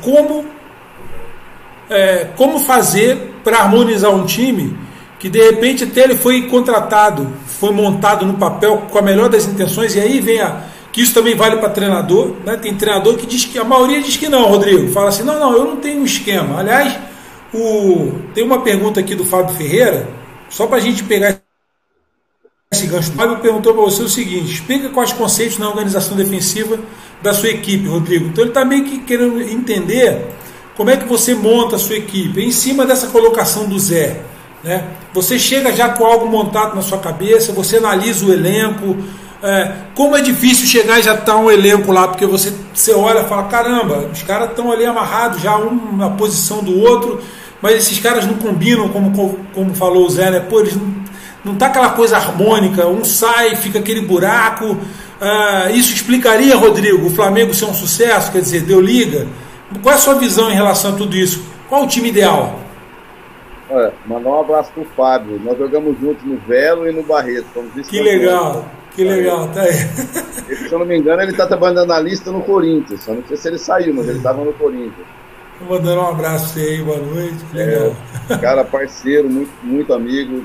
como fazer para harmonizar um time que de repente até ele foi contratado, foi montado no papel com a melhor das intenções, e aí vem que isso também vale para treinador, né? Tem treinador que diz que, a maioria diz que não, Rodrigo, fala assim, não, eu não tenho um esquema. Aliás, tem uma pergunta aqui do Fábio Ferreira, só para a gente pegar esse gancho. O Fábio perguntou para você o seguinte: explica quais conceitos na organização defensiva da sua equipe, Rodrigo. Então ele está meio que querendo entender como é que você monta a sua equipe em cima dessa colocação do Zé, né? Você chega já com algo montado na sua cabeça, você analisa o elenco, como é difícil chegar e já estar um elenco lá, porque você olha e fala, caramba, os caras estão ali amarrados já um na posição do outro, mas esses caras não combinam, como falou o Zé, né? Pô, eles não tá aquela coisa harmônica, um sai, fica aquele buraco. Isso explicaria, Rodrigo, o Flamengo ser um sucesso, quer dizer, deu liga? Qual é a sua visão em relação a tudo isso? Qual o time ideal? Mandar um abraço pro Fábio. Nós jogamos juntos no Velo e no Barreto. Que legal, tá aí. Se eu não me engano, ele está trabalhando na lista no Corinthians. Eu não sei se ele saiu, mas ele estava no Corinthians. Vou mandando um abraço pra você aí, boa noite. Que legal. Cara, parceiro, muito, muito amigo.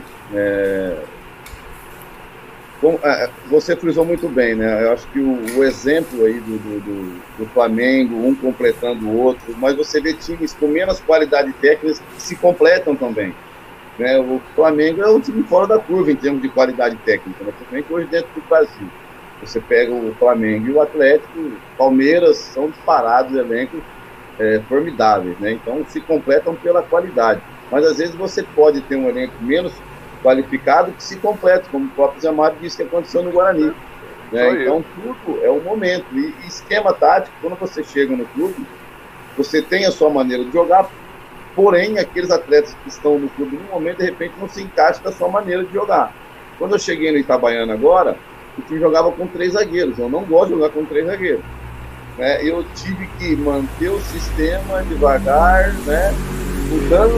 Você frisou muito bem, né? Eu acho que o exemplo aí do Flamengo, um completando o outro, mas você vê times com menos qualidade técnica que se completam também, né? O Flamengo é um time fora da curva em termos de qualidade técnica, né? Principalmente hoje dentro do Brasil. Você pega o Flamengo e o Atlético, Palmeiras, são disparados elencos formidáveis, né? Então se completam pela qualidade, mas às vezes você pode ter um elenco menos qualificado que se completa, como o próprio Zé Mário disse que aconteceu no Guarani, né? Então tudo é um momento, e esquema tático, quando você chega no clube, você tem a sua maneira de jogar, porém aqueles atletas que estão no clube no momento, de repente não se encaixam da sua maneira de jogar. Quando eu cheguei no Itabaiana agora, o time jogava com 3 zagueiros, eu não gosto de jogar com 3 zagueiros, né? Eu tive que manter o sistema devagar, né? Mudando,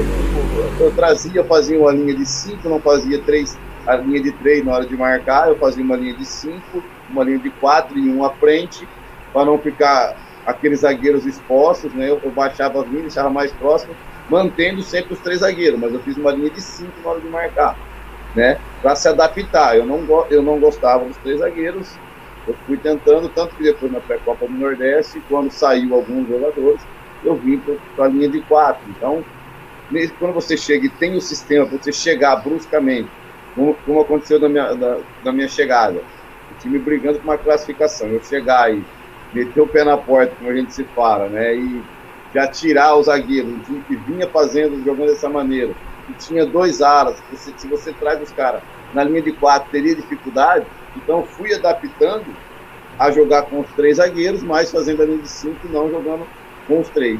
eu fazia uma linha de 5, não fazia a linha de 3 na hora de marcar, eu fazia uma linha de 5, uma linha de 4 e um à frente, para não ficar aqueles zagueiros expostos, né? Eu baixava a linha, deixava mais próximo, mantendo sempre os 3 zagueiros, mas eu fiz uma linha de 5 na hora de marcar, né? Para se adaptar. Eu não gostava dos 3 zagueiros, eu fui tentando, tanto que depois na pré-copa do Nordeste, quando saiu alguns jogadores, eu vim para a linha de 4. Então, quando você chega e tem o sistema para você chegar bruscamente, como aconteceu na minha chegada, o time brigando com uma classificação, eu chegar e meter o pé na porta, como a gente se fala, né, e já tirar o zagueiro, o time que vinha jogando dessa maneira, que tinha 2 alas, se você traz os caras na linha de 4, teria dificuldade. Então fui adaptando a jogar com os 3 zagueiros, mas fazendo a linha de 5 e não jogando com os 3.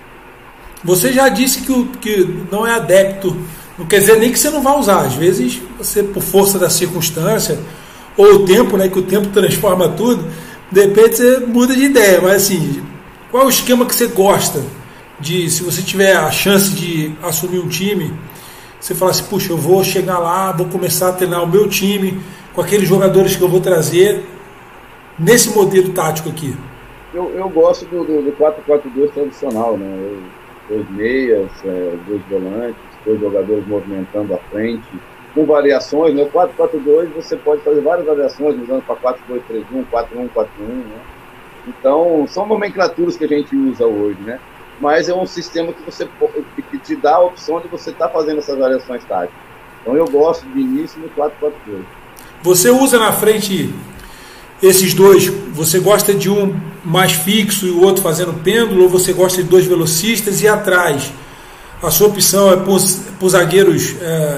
Você já disse que não é adepto, não quer dizer nem que você não vai usar. Às vezes, você, por força da circunstância, ou o tempo, né, que o tempo transforma tudo, de repente você muda de ideia. Mas assim, qual é o esquema que você gosta de, se você tiver a chance de assumir um time, você fala assim, puxa, eu vou chegar lá, vou começar a treinar o meu time, com aqueles jogadores que eu vou trazer, nesse modelo tático aqui? Eu gosto do 4-4-2 tradicional, né? 2 meias, 2 volantes, 2 jogadores movimentando à frente, com variações, né? O 4-4-2 você pode fazer várias variações, usando para 4-2-3-1, 4-1-4-1, né? Então, são nomenclaturas que a gente usa hoje, né? Mas é um sistema que te dá a opção de você estar fazendo essas variações táticas. Então, eu gosto de início no 4-4-2. Você usa na frente esses 2, você gosta de um mais fixo e o outro fazendo pêndulo, ou você gosta de 2 velocistas, e atrás a sua opção é por zagueiros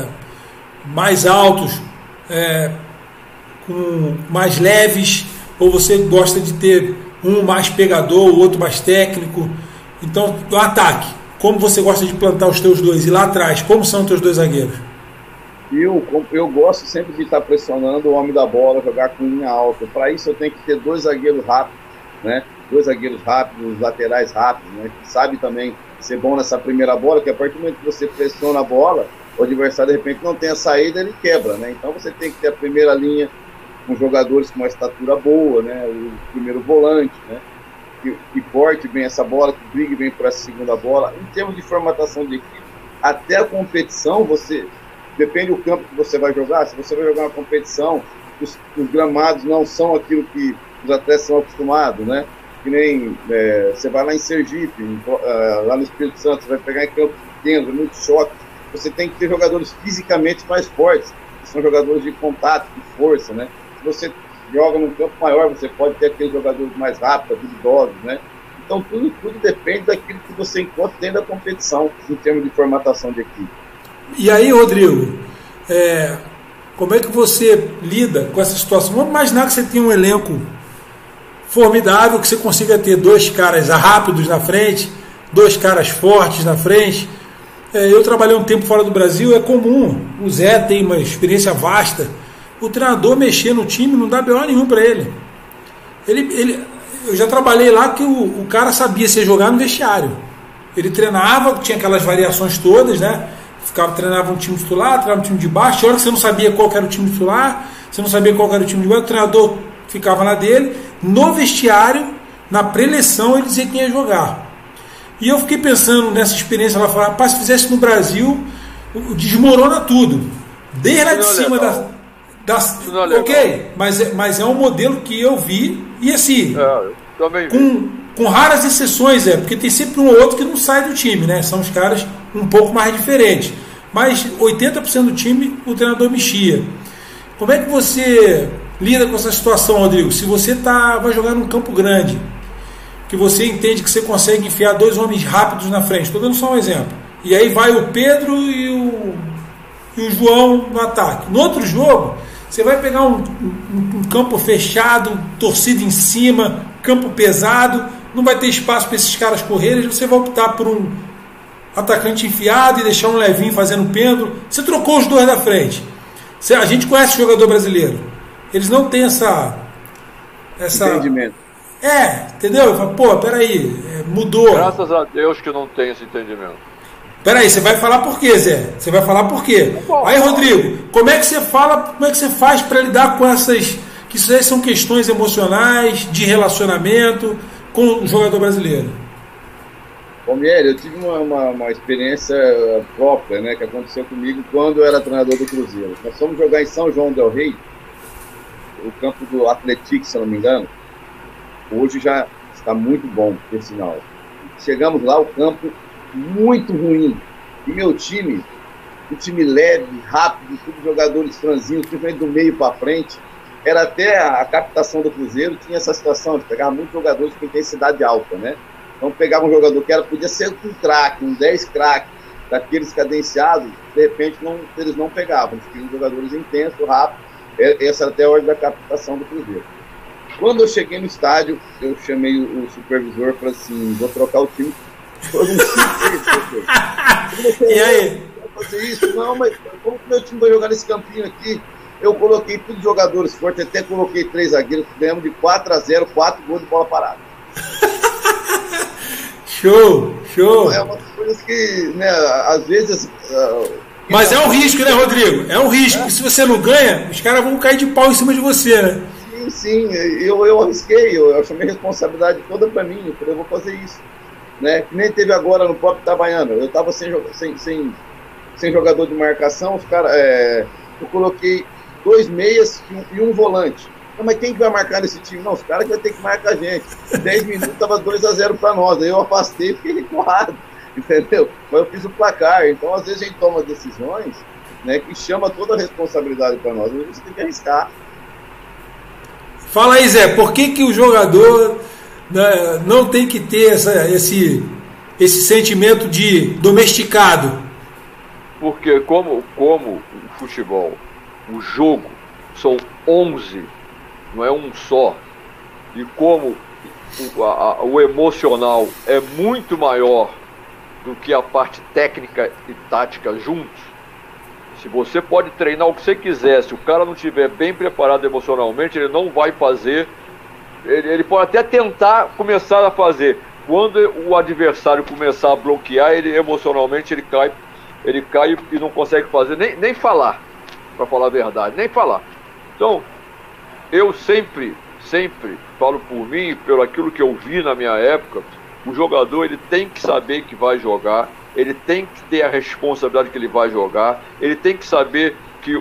mais altos, com mais leves, ou você gosta de ter um mais pegador, o outro mais técnico? Então, no ataque, como você gosta de plantar os teus 2? E lá atrás, como são os teus 2 zagueiros? Eu gosto sempre de estar pressionando o homem da bola, jogar com linha alta. Para isso eu tenho que ter 2 zagueiros rápidos, né? dois zagueiros rápidos, laterais rápidos, né? Que sabe também ser bom nessa primeira bola, que a partir do momento que você pressiona a bola, o adversário de repente não tem a saída, ele quebra, né? Então você tem que ter a primeira linha com jogadores com uma estatura boa, né? O primeiro volante, né? Que porte bem essa bola, que brigue bem por essa segunda bola. Em termos de formatação de equipe, até a competição, depende do campo que você vai jogar. Se você vai jogar uma competição, os gramados não são aquilo que os atletas são acostumados, né? Que nem você vai lá em Sergipe, lá no Espírito Santo, você vai pegar em campos pequenos, muito choque. Você tem que ter jogadores fisicamente mais fortes, que são jogadores de contato, de força, né? Se você joga num campo maior, você pode ter aqueles jogadores mais rápidos, habilidosos, né? Então tudo depende daquilo que você encontra dentro da competição, em termos de formatação de equipe. E aí, Rodrigo, como é que você lida com essa situação? Vamos imaginar que você tem um elenco formidável, que você consiga ter dois caras rápidos na frente, dois caras fortes na frente. Eu trabalhei um tempo fora do Brasil, é comum, o Zé tem uma experiência vasta, o treinador mexer no time não dá BO nenhum para ele. Eu já trabalhei lá que o cara sabia se jogar no vestiário. Ele treinava, tinha aquelas variações todas, né? Treinava um time titular, treinava um time de baixo. A hora que você não sabia qual era o time titular, você não sabia qual era o time de baixo, o treinador ficava na dele. No vestiário, na preleção, ele dizia quem ia jogar. E eu fiquei pensando nessa experiência lá fora, rapaz, se fizesse no Brasil, desmorona tudo. Desde lá de cima ok, mas é um modelo que eu vi, e assim, com raras exceções, porque tem sempre um ou outro que não sai do time, né? São os caras um pouco mais diferentes. Mas 80% do time o treinador mexia. Como é que você lida com essa situação, Rodrigo? Se você vai jogar num campo grande, que você entende que você consegue enfiar dois homens rápidos na frente, estou dando só um exemplo, e aí vai o Pedro e o João no ataque. No outro jogo, você vai pegar um campo fechado, torcida em cima, campo pesado, não vai ter espaço para esses caras correrem, você vai optar por um atacante enfiado e deixar um levinho fazendo pêndulo. Você trocou os dois da frente. A gente conhece o jogador brasileiro. Eles não têm essa entendimento. Entendeu? Pô, peraí, mudou. Graças a Deus que não tem esse entendimento. Peraí, você vai falar por quê, Zé? Você vai falar por quê? Aí, Rodrigo, como é que você faz para lidar com essas, que isso aí são questões emocionais, de relacionamento com o jogador brasileiro? Bom, Miele, eu tive uma experiência própria, né, que aconteceu comigo quando eu era treinador do Cruzeiro. Nós fomos jogar em São João del Rei, o campo do Atlético, se eu não me engano. Hoje já está muito bom, por sinal. Chegamos lá, o campo muito ruim. E meu time, um time leve, rápido, tudo jogadores franzinos, principalmente do meio para frente. Era até a captação do Cruzeiro, tinha essa situação de pegar muitos jogadores com intensidade alta, né? Então pegava um jogador que podia ser um craque, um 10 craque, daqueles cadenciados, de repente eles não pegavam. Eles queriam jogadores intensos, rápidos. Essa era até a ordem da captação do Cruzeiro. Quando eu cheguei no estádio, eu chamei o supervisor e falei assim, vou trocar o time. E aí? Fazer isso? Não, mas como que meu time vai jogar nesse campinho aqui? Eu coloquei todos jogadores fortes, até coloquei 3 zagueiros, ganhamos de 4-0, 4 gols de bola parada. Show! É uma coisa que, né, às vezes... Mas é um risco, né, Rodrigo? É um risco. Se você não ganha, os caras vão cair de pau em cima de você, né? Sim, eu arrisquei, eu chamei a responsabilidade toda para mim, eu falei, eu vou fazer isso. Né? Que nem teve agora no próprio Itabaiana, eu estava sem jogador de marcação, os caras, eu coloquei 2 meias e um volante. Não, mas quem que vai marcar nesse time? Não, os caras que vai ter que marcar a gente. 10 minutos estava 2-0 para nós, aí eu afastei e fiquei recuado, entendeu? Mas eu fiz o placar, então às vezes a gente toma decisões, né, que chama toda a responsabilidade para nós, a gente tem que arriscar. Fala aí, Zé, por que o jogador não tem que ter esse sentimento de domesticado? Porque como o futebol, o jogo, são 11, não é um só, e como o emocional é muito maior do que a parte técnica e tática juntos, se você pode treinar o que você quiser, se o cara não estiver bem preparado emocionalmente, ele não vai fazer Ele pode até tentar começar a fazer. Quando o adversário começar a bloquear, ele emocionalmente ele cai e não consegue fazer, nem falar, para falar a verdade, nem falar. Então, eu sempre falo por mim, pelo aquilo que eu vi na minha época, o jogador ele tem que saber que vai jogar, ele tem que ter a responsabilidade que ele vai jogar, ele tem que saber que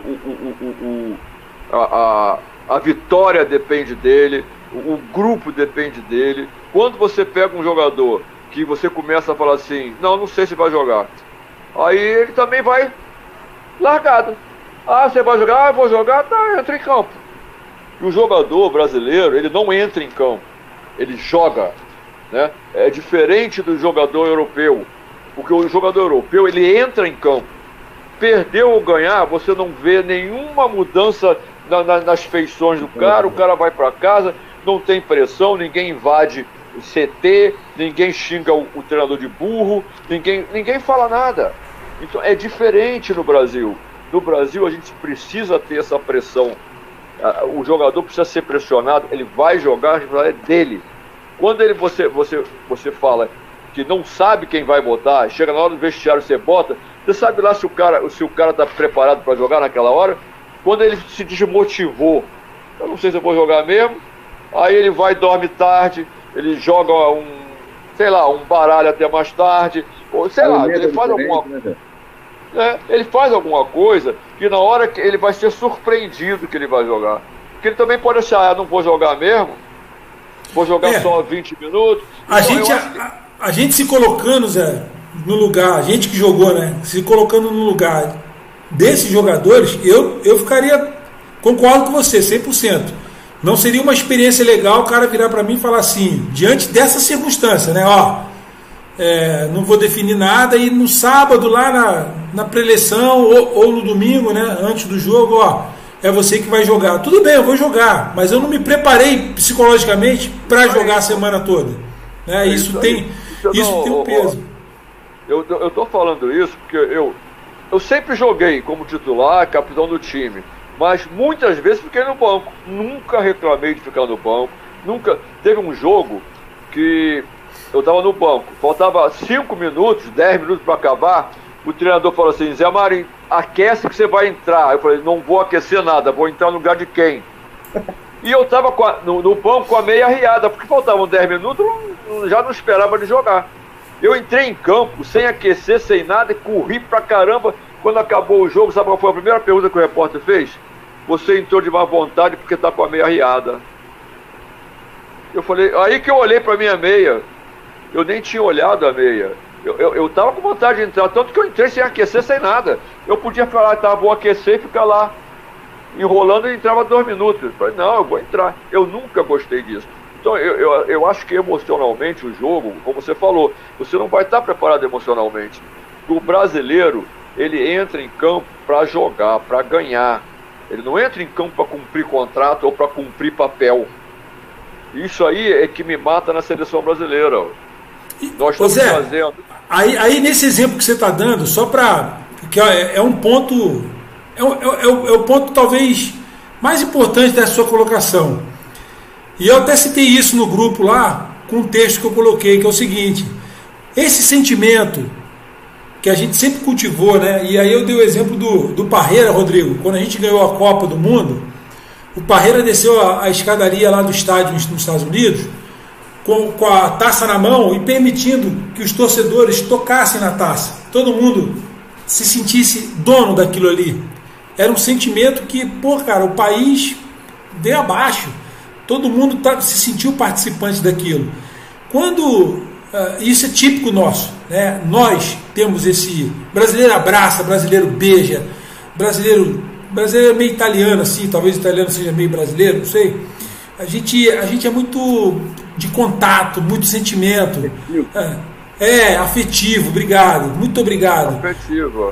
a vitória depende dele, o grupo depende dele. Quando você pega um jogador que você começa a falar assim, não sei se vai jogar, aí ele também vai largado. Você vai jogar? Vou jogar, tá, entra em campo. E o jogador brasileiro, ele não entra em campo, ele joga, né? É diferente do jogador europeu, porque o jogador europeu, ele entra em campo. Perdeu ou ganhar, você não vê nenhuma mudança nas feições do cara, o cara vai para casa, não tem pressão, ninguém invade o CT, ninguém xinga o treinador de burro, ninguém fala nada. Então é diferente no Brasil. No Brasil a gente precisa ter essa pressão. O jogador precisa ser pressionado, ele vai jogar, a responsabilidade é dele. Quando você fala que não sabe quem vai botar, chega na hora do vestiário, você bota, você sabe lá se o cara está preparado para jogar naquela hora. Quando ele se desmotivou, eu não sei se eu vou jogar mesmo, aí ele vai, dorme tarde, ele joga um baralho até mais tarde, ou sei lá, ele faz alguma coisa. Ele faz alguma coisa que na hora que ele vai ser surpreendido que ele vai jogar. Porque ele também pode achar, não vou jogar mesmo, vou jogar só 20 minutos. A gente se colocando, Zé, no lugar, a gente que jogou, né? Se colocando no lugar desses jogadores, eu ficaria, concordo com você, 100%. Não seria uma experiência legal o cara virar para mim e falar assim, diante dessa circunstância, né? Não vou definir nada e no sábado lá na preleção ou no domingo, né, antes do jogo, é você que vai jogar. Tudo bem, eu vou jogar, mas eu não me preparei psicologicamente para jogar a semana toda, né? Isso tem um peso. Eu tô falando isso porque eu sempre joguei como titular, capitão do time, mas muitas vezes fiquei no banco. Nunca reclamei de ficar no banco. Nunca. Teve um jogo que eu estava no banco, faltava 5 minutos, 10 minutos para acabar. O treinador falou assim: Zé Marinho, aquece que você vai entrar. Eu falei: não vou aquecer nada, vou entrar no lugar de quem? E eu estava no banco com a meia arriada, porque faltavam 10 minutos, já não esperava de jogar. Eu entrei em campo sem aquecer, sem nada, e corri pra caramba. Quando acabou o jogo, sabe qual foi a primeira pergunta que o repórter fez? Você entrou de má vontade porque tá com a meia arriada. Eu falei, aí que eu olhei pra minha meia, eu nem tinha olhado a meia. Eu tava com vontade de entrar, tanto que eu entrei sem aquecer, sem nada. Eu podia falar, tá, vou aquecer e ficar lá enrolando e entrava 2 minutos. Eu falei, não, eu vou entrar. Eu nunca gostei disso. Então eu acho que emocionalmente o jogo, como você falou, você não vai estar preparado emocionalmente. O brasileiro, ele entra em campo para jogar, para ganhar. Ele não entra em campo para cumprir contrato ou para cumprir papel. Isso aí é que me mata na seleção brasileira. Nós estamos fazendo. Aí nesse exemplo que você está dando, só para. Porque é um ponto. É o ponto talvez mais importante dessa sua colocação. E eu até citei isso no grupo lá, com um texto que eu coloquei, que é o seguinte: esse sentimento que a gente sempre cultivou, né? E aí eu dei o exemplo do Parreira, Rodrigo. Quando a gente ganhou a Copa do Mundo, o Parreira desceu a escadaria lá do estádio nos Estados Unidos com a taça na mão e permitindo que os torcedores tocassem na taça. Todo mundo se sentisse dono daquilo ali. Era um sentimento que, cara, o país veio abaixo. Todo mundo se sentiu participante daquilo. Quando isso é típico nosso, né? Nós temos esse brasileiro abraça, brasileiro beija, brasileiro é meio italiano assim, talvez o italiano seja meio brasileiro, não sei. A gente é muito de contato, muito sentimento. Afetivo, obrigado, muito obrigado. Afetivo.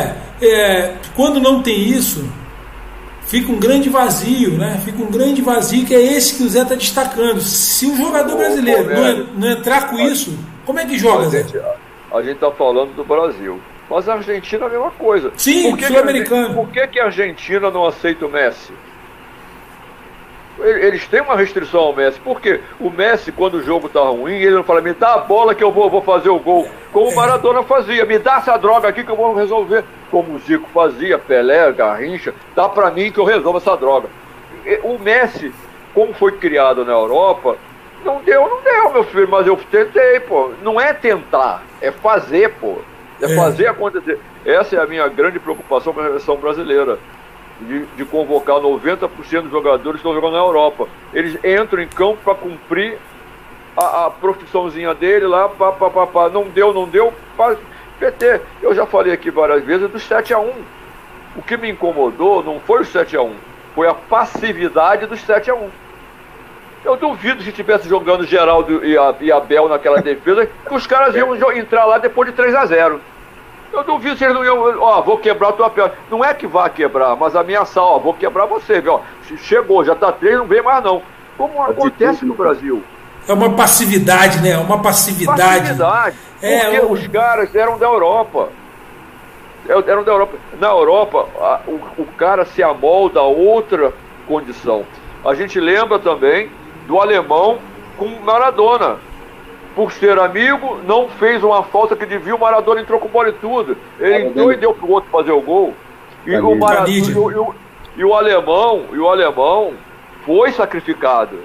Quando não tem isso, fica um grande vazio, né? Fica um grande vazio, que é esse que o Zé está destacando. Se o jogador brasileiro não entrar com isso, como é que joga, Zé? A gente está falando do Brasil. Mas a Argentina é a mesma coisa. Sim, sul-americano. Por que a Argentina não aceita o Messi? Eles têm uma restrição ao Messi. Por quê? O Messi, quando o jogo tá ruim, ele não fala, me dá a bola que eu vou fazer o gol. Como o Maradona fazia, me dá essa droga aqui que eu vou resolver. Como o Zico fazia, Pelé, Garrincha, dá pra mim que eu resolvo essa droga. O Messi, como foi criado na Europa, não deu, meu filho, mas eu tentei, pô. Não é tentar, é fazer, pô. É fazer acontecer. Essa é a minha grande preocupação com a seleção brasileira. De convocar 90% dos jogadores que estão jogando na Europa. Eles entram em campo para cumprir a profissãozinha dele lá, não deu, PT. Eu já falei aqui várias vezes do 7-1. O que me incomodou não foi o 7-1, foi a passividade dos 7-1. Eu duvido se estivesse jogando Geraldo e Abel naquela defesa, que os caras iam entrar lá depois de 3-0. Eu duvido se eles não iam, vou quebrar a tua perna. Não é que vá quebrar, mas ameaçar, vou quebrar você, viu? Chegou, já tá 3, não vem mais não. Como acontece no Brasil. É uma passividade, né? Uma passividade. Porque os caras eram da Europa. Eram da Europa. Na Europa, o cara se amolda a outra condição. A gente lembra também do alemão com Maradona. Por ser amigo, não fez uma falta que devia, o Maradona entrou com bola e tudo. Ele entrou e deu pro outro fazer o gol. E o alemão foi sacrificado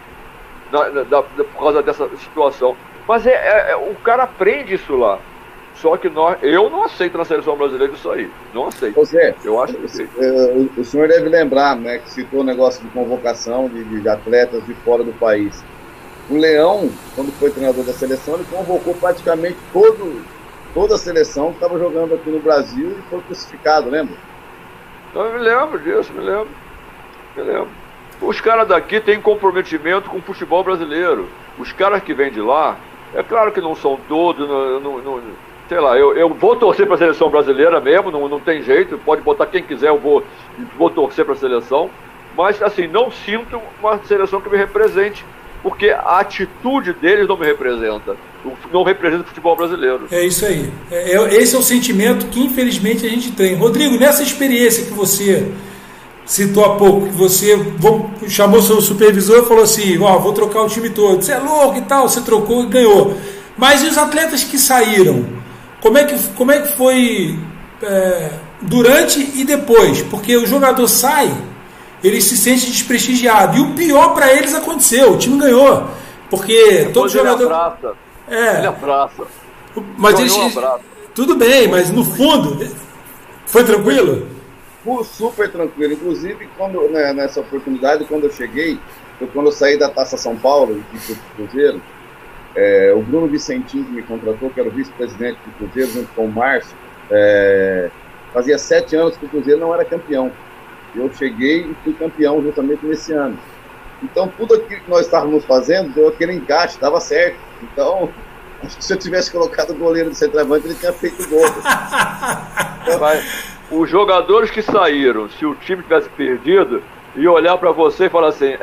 por causa dessa situação. Mas o cara aprende isso lá. Só que eu não aceito na seleção brasileira isso aí. Não aceito. José, eu acho que o senhor deve lembrar, né, que citou o negócio de convocação de atletas de fora do país. O Leão, quando foi treinador da seleção, ele convocou praticamente toda a seleção que estava jogando aqui no Brasil e foi crucificado, lembra? Eu me lembro disso, me lembro. Os caras daqui têm comprometimento com o futebol brasileiro. Os caras que vêm de lá, é claro que não são todos, sei lá, eu vou torcer para a seleção brasileira mesmo, não tem jeito, pode botar quem quiser, eu vou torcer para a seleção, mas assim, não sinto uma seleção que me represente. Porque a atitude deles não me representa. Não representa o futebol brasileiro. É isso aí. Esse é o sentimento que infelizmente a gente tem. Rodrigo, nessa experiência que você citou há pouco, que você chamou seu supervisor e falou assim, vou trocar o time todo. Você é louco e tal, você trocou e ganhou. Mas e os atletas que saíram? Como é que foi durante e depois? Porque o jogador sai, ele se sente desprestigiado. E o pior para eles aconteceu, o time ganhou. Porque todo jogador. Ele abraça. Mas eles. Tudo bem, mas no fundo. Foi tranquilo? Super tranquilo. Inclusive, nessa oportunidade, quando eu cheguei, quando eu saí da Taça São Paulo e fui pro Cruzeiro, o Bruno Vicentinho, que me contratou, que era o vice-presidente do Cruzeiro, junto com o Márcio, fazia 7 anos que o Cruzeiro não era campeão. Eu cheguei e fui campeão justamente nesse ano. Então, tudo aquilo que nós estávamos fazendo deu aquele encaixe, estava certo. Então, acho que se eu tivesse colocado o goleiro de centroavante, ele tinha feito o gol. Mas, os jogadores que saíram, se o time tivesse perdido, iam olhar para você e falar assim,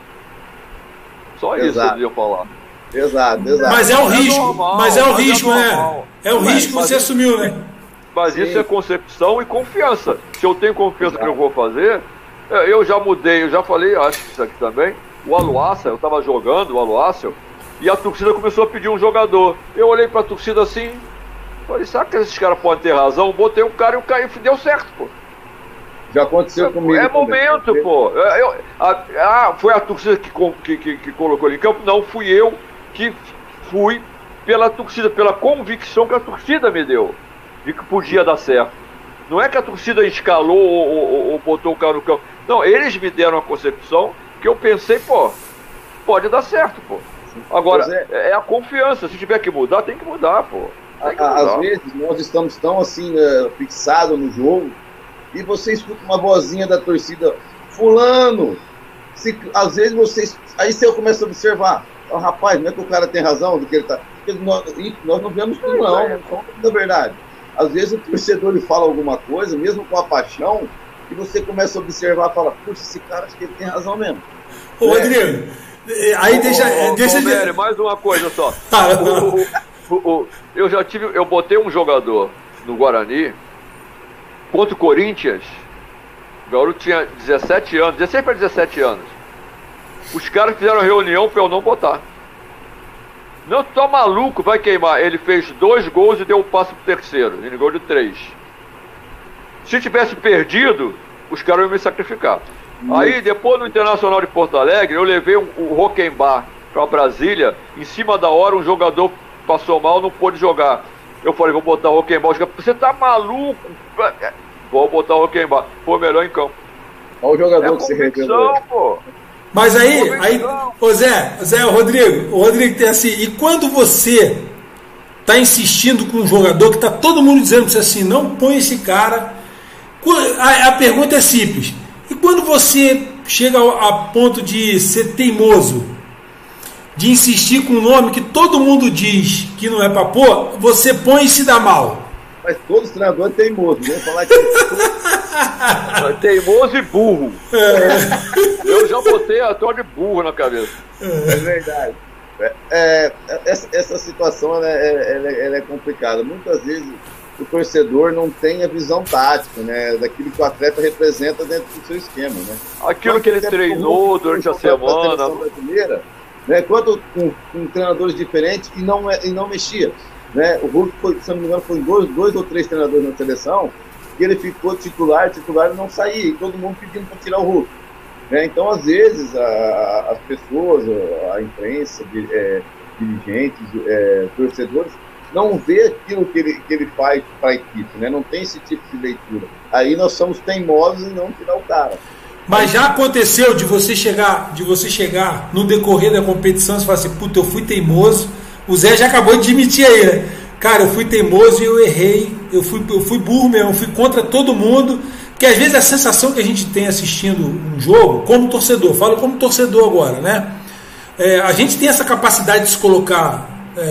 só isso que eles iam falar. Exato. Mas é o risco, né? É o risco que você assumiu, né? Mas isso é concepção e confiança. Se eu tenho confiança que eu vou fazer, eu já mudei, eu já falei, acho que isso aqui também, o Aluácia, eu estava jogando o Aluácia, e a torcida começou a pedir um jogador. Eu olhei para a torcida assim, falei, sabe que esses caras podem ter razão? Botei um cara e o cara deu certo, pô. Já aconteceu comigo. É momento, pô. Foi a torcida que colocou ele em campo? Não, fui eu que fui pela torcida, pela convicção que a torcida me deu de que podia dar certo. Não é que a torcida escalou ou botou o cara no campo. Não, eles me deram a concepção que eu pensei, pode dar certo, pô. Agora, é a confiança. Se tiver que mudar, tem que mudar, pô. Às vezes, nós estamos tão assim, fixados no jogo, e você escuta uma vozinha da torcida, fulano, às vezes aí você começa a observar, rapaz, não é que o cara tem razão do que ele está... Nós não vemos tudo não, na verdade. Às vezes o torcedor ele fala alguma coisa, mesmo com a paixão, e você começa a observar e fala, puxa, esse cara acho que ele tem razão mesmo. Ô, Rodrigo, aí deixa mais uma coisa só. Eu botei um jogador no Guarani contra o Corinthians. O garoto tinha 17 anos, 16 para 17 anos. Os caras fizeram reunião para eu não botar. Não, tu tá maluco, vai queimar. Ele fez 2 gols e deu um passe pro terceiro. Ele gol de 3. Se tivesse perdido, os caras iam me sacrificar. Aí, depois no Internacional de Porto Alegre, eu levei o Rockenbach para Brasília. Em cima da hora, um jogador passou mal, não pôde jogar. Eu falei, vou botar o Rockenbach. Você tá maluco? Vou botar o Rockenbach. Foi o melhor em campo. Olha o jogador que se revelou. Pô. Mas aí, o Rodrigo tem assim, e quando você tá insistindo com um jogador que tá todo mundo dizendo pra você assim, não põe esse cara, a pergunta é simples, e quando você chega a ponto de ser teimoso, de insistir com um nome que todo mundo diz que não é pra pôr, você põe e se dá mal? Mas todos os treinadores teimosos, vamos falar que teimoso e burro. Eu já botei a tua de burro na cabeça. É verdade. Essa situação ela é complicada. Muitas vezes o torcedor não tem a visão tática, né, daquilo que o atleta representa dentro do seu esquema, né? Aquilo que ele treinou durante a semana. Brasileira, né, quanto com treinadores diferentes e não mexia. Né? O Hulk, se não me engano, foi 2 ou 3 treinadores na seleção, e ele ficou titular e não saía, e todo mundo pedindo para tirar o Hulk. Né? Então, às vezes, as pessoas, a imprensa, dirigentes, torcedores, não vê aquilo que ele faz para a equipe, né? Não tem esse tipo de leitura. Aí nós somos teimosos em não tirar o cara. Mas já aconteceu de você chegar no decorrer da competição e falar assim, puta, eu fui teimoso. O Zé já acabou de admitir aí, né? Cara, eu fui teimoso e eu errei, eu fui burro mesmo, eu fui contra todo mundo, porque às vezes a sensação que a gente tem assistindo um jogo, como torcedor, falo como torcedor agora, né? A gente tem essa capacidade de se colocar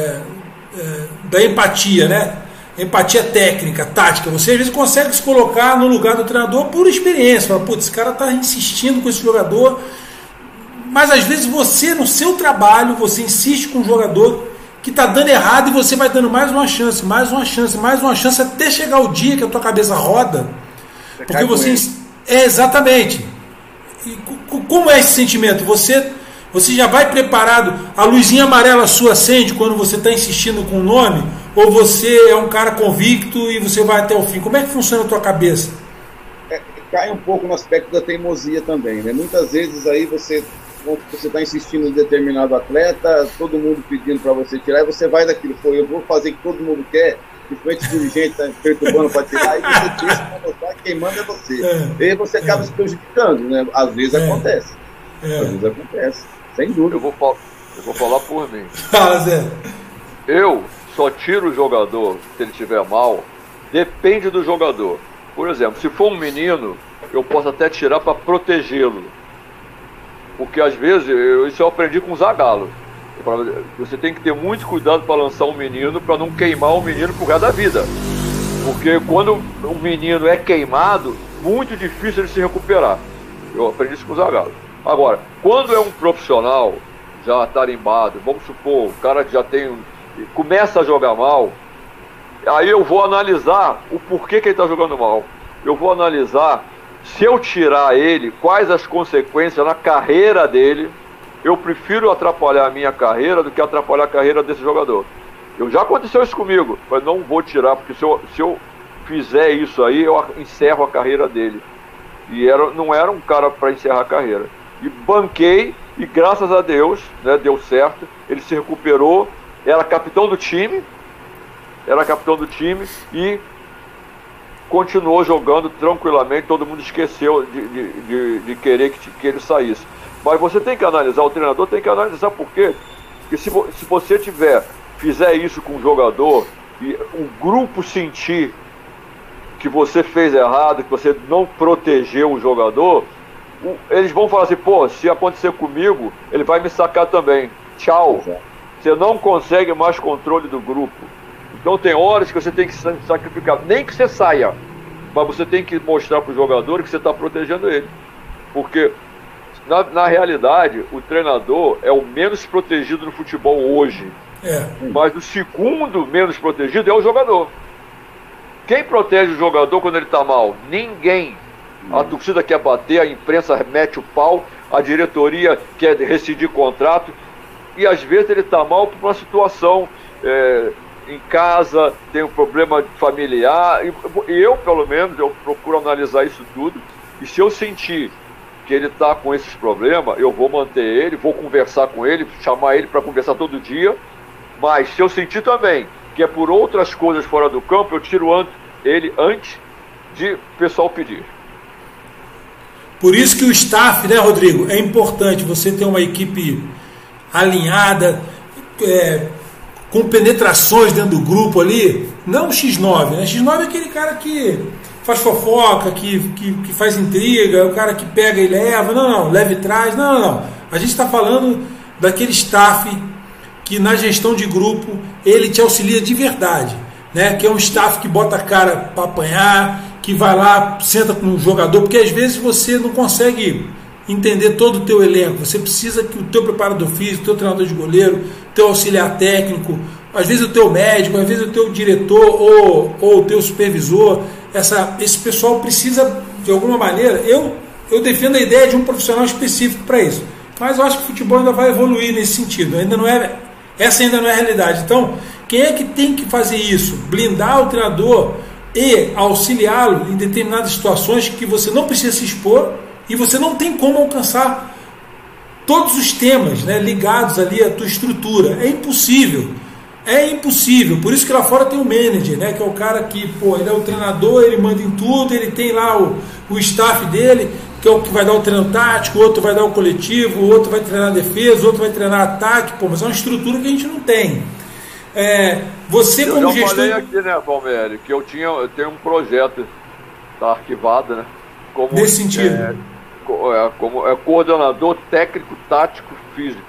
da empatia, né? Empatia técnica, tática, você às vezes consegue se colocar no lugar do treinador por experiência, fala, putz, esse cara tá insistindo com esse jogador, mas às vezes você, no seu trabalho, você insiste com um jogador que está dando errado e você vai dando mais uma chance, até chegar o dia que a tua cabeça roda, porque você... exatamente. E como é esse sentimento? Você já vai preparado, a luzinha amarela sua acende quando você está insistindo com o nome, ou você é um cara convicto e você vai até o fim? Como é que funciona a tua cabeça? Cai um pouco no aspecto da teimosia também, né? Muitas vezes aí você está insistindo em determinado atleta, todo mundo pedindo para você tirar, e você vai daquilo, eu vou fazer o que todo mundo quer, principalmente o dirigente está perturbando para tirar, e você deixa para mostrar que quem manda é você. E aí você acaba se prejudicando, né? Às vezes acontece. Às vezes acontece, sem dúvida. Eu vou falar por mim. Fala, Zé. Eu só tiro o jogador se ele estiver mal, depende do jogador. Por exemplo, se for um menino, eu posso até tirar para protegê-lo. Porque às vezes, isso eu aprendi com o Zagallo. Você tem que ter muito cuidado para lançar um menino, para não queimar o menino pro resto da vida. Porque quando o menino é queimado, muito difícil ele se recuperar. Eu aprendi isso com o Zagallo. Agora, quando é um profissional já tarimbado, vamos supor, o cara que já começa a jogar mal, aí eu vou analisar o porquê que ele está jogando mal. Eu vou analisar, se eu tirar ele, quais as consequências na carreira dele. Eu prefiro atrapalhar a minha carreira do que atrapalhar a carreira desse jogador. Já aconteceu isso comigo, mas não vou tirar, porque se eu fizer isso aí, eu encerro a carreira dele. E não era um cara para encerrar a carreira. E banquei, e graças a Deus, né, deu certo, ele se recuperou, era capitão do time e continuou jogando tranquilamente, todo mundo esqueceu de querer que ele saísse. Mas você tem que analisar, o treinador tem que analisar por quê. Porque se você fizer isso com o jogador e o grupo sentir que você fez errado, que você não protegeu o jogador, eles vão falar assim, pô, se acontecer comigo, ele vai me sacar também. Tchau. Você não consegue mais controle do grupo. Então tem horas que você tem que se sacrificar. Nem que você saia, mas você tem que mostrar para o jogador que você está protegendo ele. Porque, na realidade, o treinador é o menos protegido no futebol hoje. Mas o segundo menos protegido é o jogador. Quem protege o jogador quando ele está mal? Ninguém. A torcida quer bater, a imprensa mete o pau, a diretoria quer rescindir contrato, e às vezes ele está mal por uma situação em casa, tem um problema familiar, e eu, pelo menos, eu procuro analisar isso tudo, e se eu sentir que ele está com esses problemas, eu vou manter ele, vou conversar com ele, chamar ele para conversar todo dia, mas se eu sentir também que é por outras coisas fora do campo, eu tiro ele antes de o pessoal pedir. Por isso que o staff, né, Rodrigo, é importante você ter uma equipe alinhada, com penetrações dentro do grupo ali, não o X9, né? X9 é aquele cara que faz fofoca, que faz intriga, o cara que pega e leva, não, leva e traz, não. A gente está falando daquele staff que na gestão de grupo ele te auxilia de verdade, né? Que é um staff que bota a cara para apanhar, que vai lá, senta com o jogador, porque às vezes você não consegue entender todo o teu elenco, você precisa que o teu preparador físico, o teu treinador de goleiro, o teu auxiliar técnico, às vezes o teu médico, às vezes o teu diretor ou o teu supervisor, esse pessoal precisa, de alguma maneira, eu defendo a ideia de um profissional específico para isso, mas eu acho que o futebol ainda vai evoluir nesse sentido, essa ainda não é a realidade. Então, quem é que tem que fazer isso? Blindar o treinador e auxiliá-lo em determinadas situações que você não precisa se expor e você não tem como alcançar todos os temas, né, ligados ali à tua estrutura. É impossível. Por isso que lá fora tem o manager, né, que é o cara que, ele é o treinador, ele manda em tudo, ele tem lá o staff dele, que é o que vai dar o treino tático, o outro vai dar o coletivo, o outro vai treinar a defesa, o outro vai treinar ataque, mas é uma estrutura que a gente não tem. Você como gestor... Eu já falei aqui, né, Palmeiras, que eu tenho um projeto, está arquivado, né? Nesse sentido? Como coordenador técnico, tático, físico.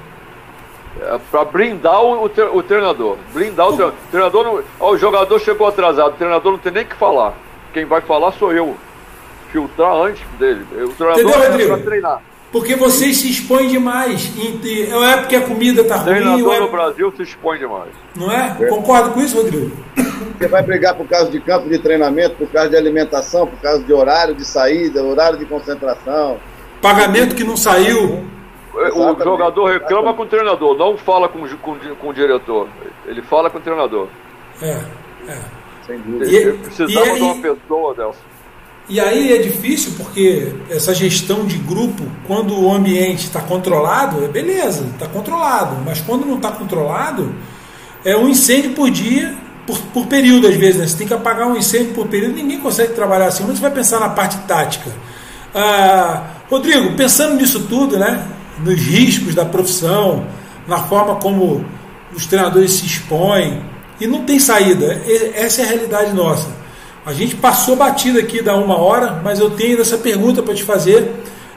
Para blindar o treinador. Blindar o treinador. O jogador chegou atrasado, o treinador não tem nem o que falar. Quem vai falar sou eu. Filtrar antes dele. O treinador é para treinar. Porque vocês se expõem demais. É porque a comida está ruim. O treinador no Brasil se expõe demais. Não é? Concordo com isso, Rodrigo? Você vai brigar por causa de campo de treinamento, por causa de alimentação, por causa de horário de saída, horário de concentração. Pagamento que não saiu. O jogador reclama com o treinador, não fala com o diretor. Ele fala com o treinador. Sem dúvida. Precisava de uma pessoa dessa. E aí é difícil porque essa gestão de grupo, quando o ambiente está controlado, beleza, está controlado. Mas quando não está controlado, é um incêndio por dia, por período às vezes, né? Você tem que apagar um incêndio por período, ninguém consegue trabalhar assim. Mas você vai pensar na parte tática. Rodrigo, pensando nisso tudo, né? Nos riscos da profissão, na forma como os treinadores se expõem, e não tem saída. Essa é a realidade nossa. A gente passou batida aqui da 1 hora, mas eu tenho essa pergunta para te fazer.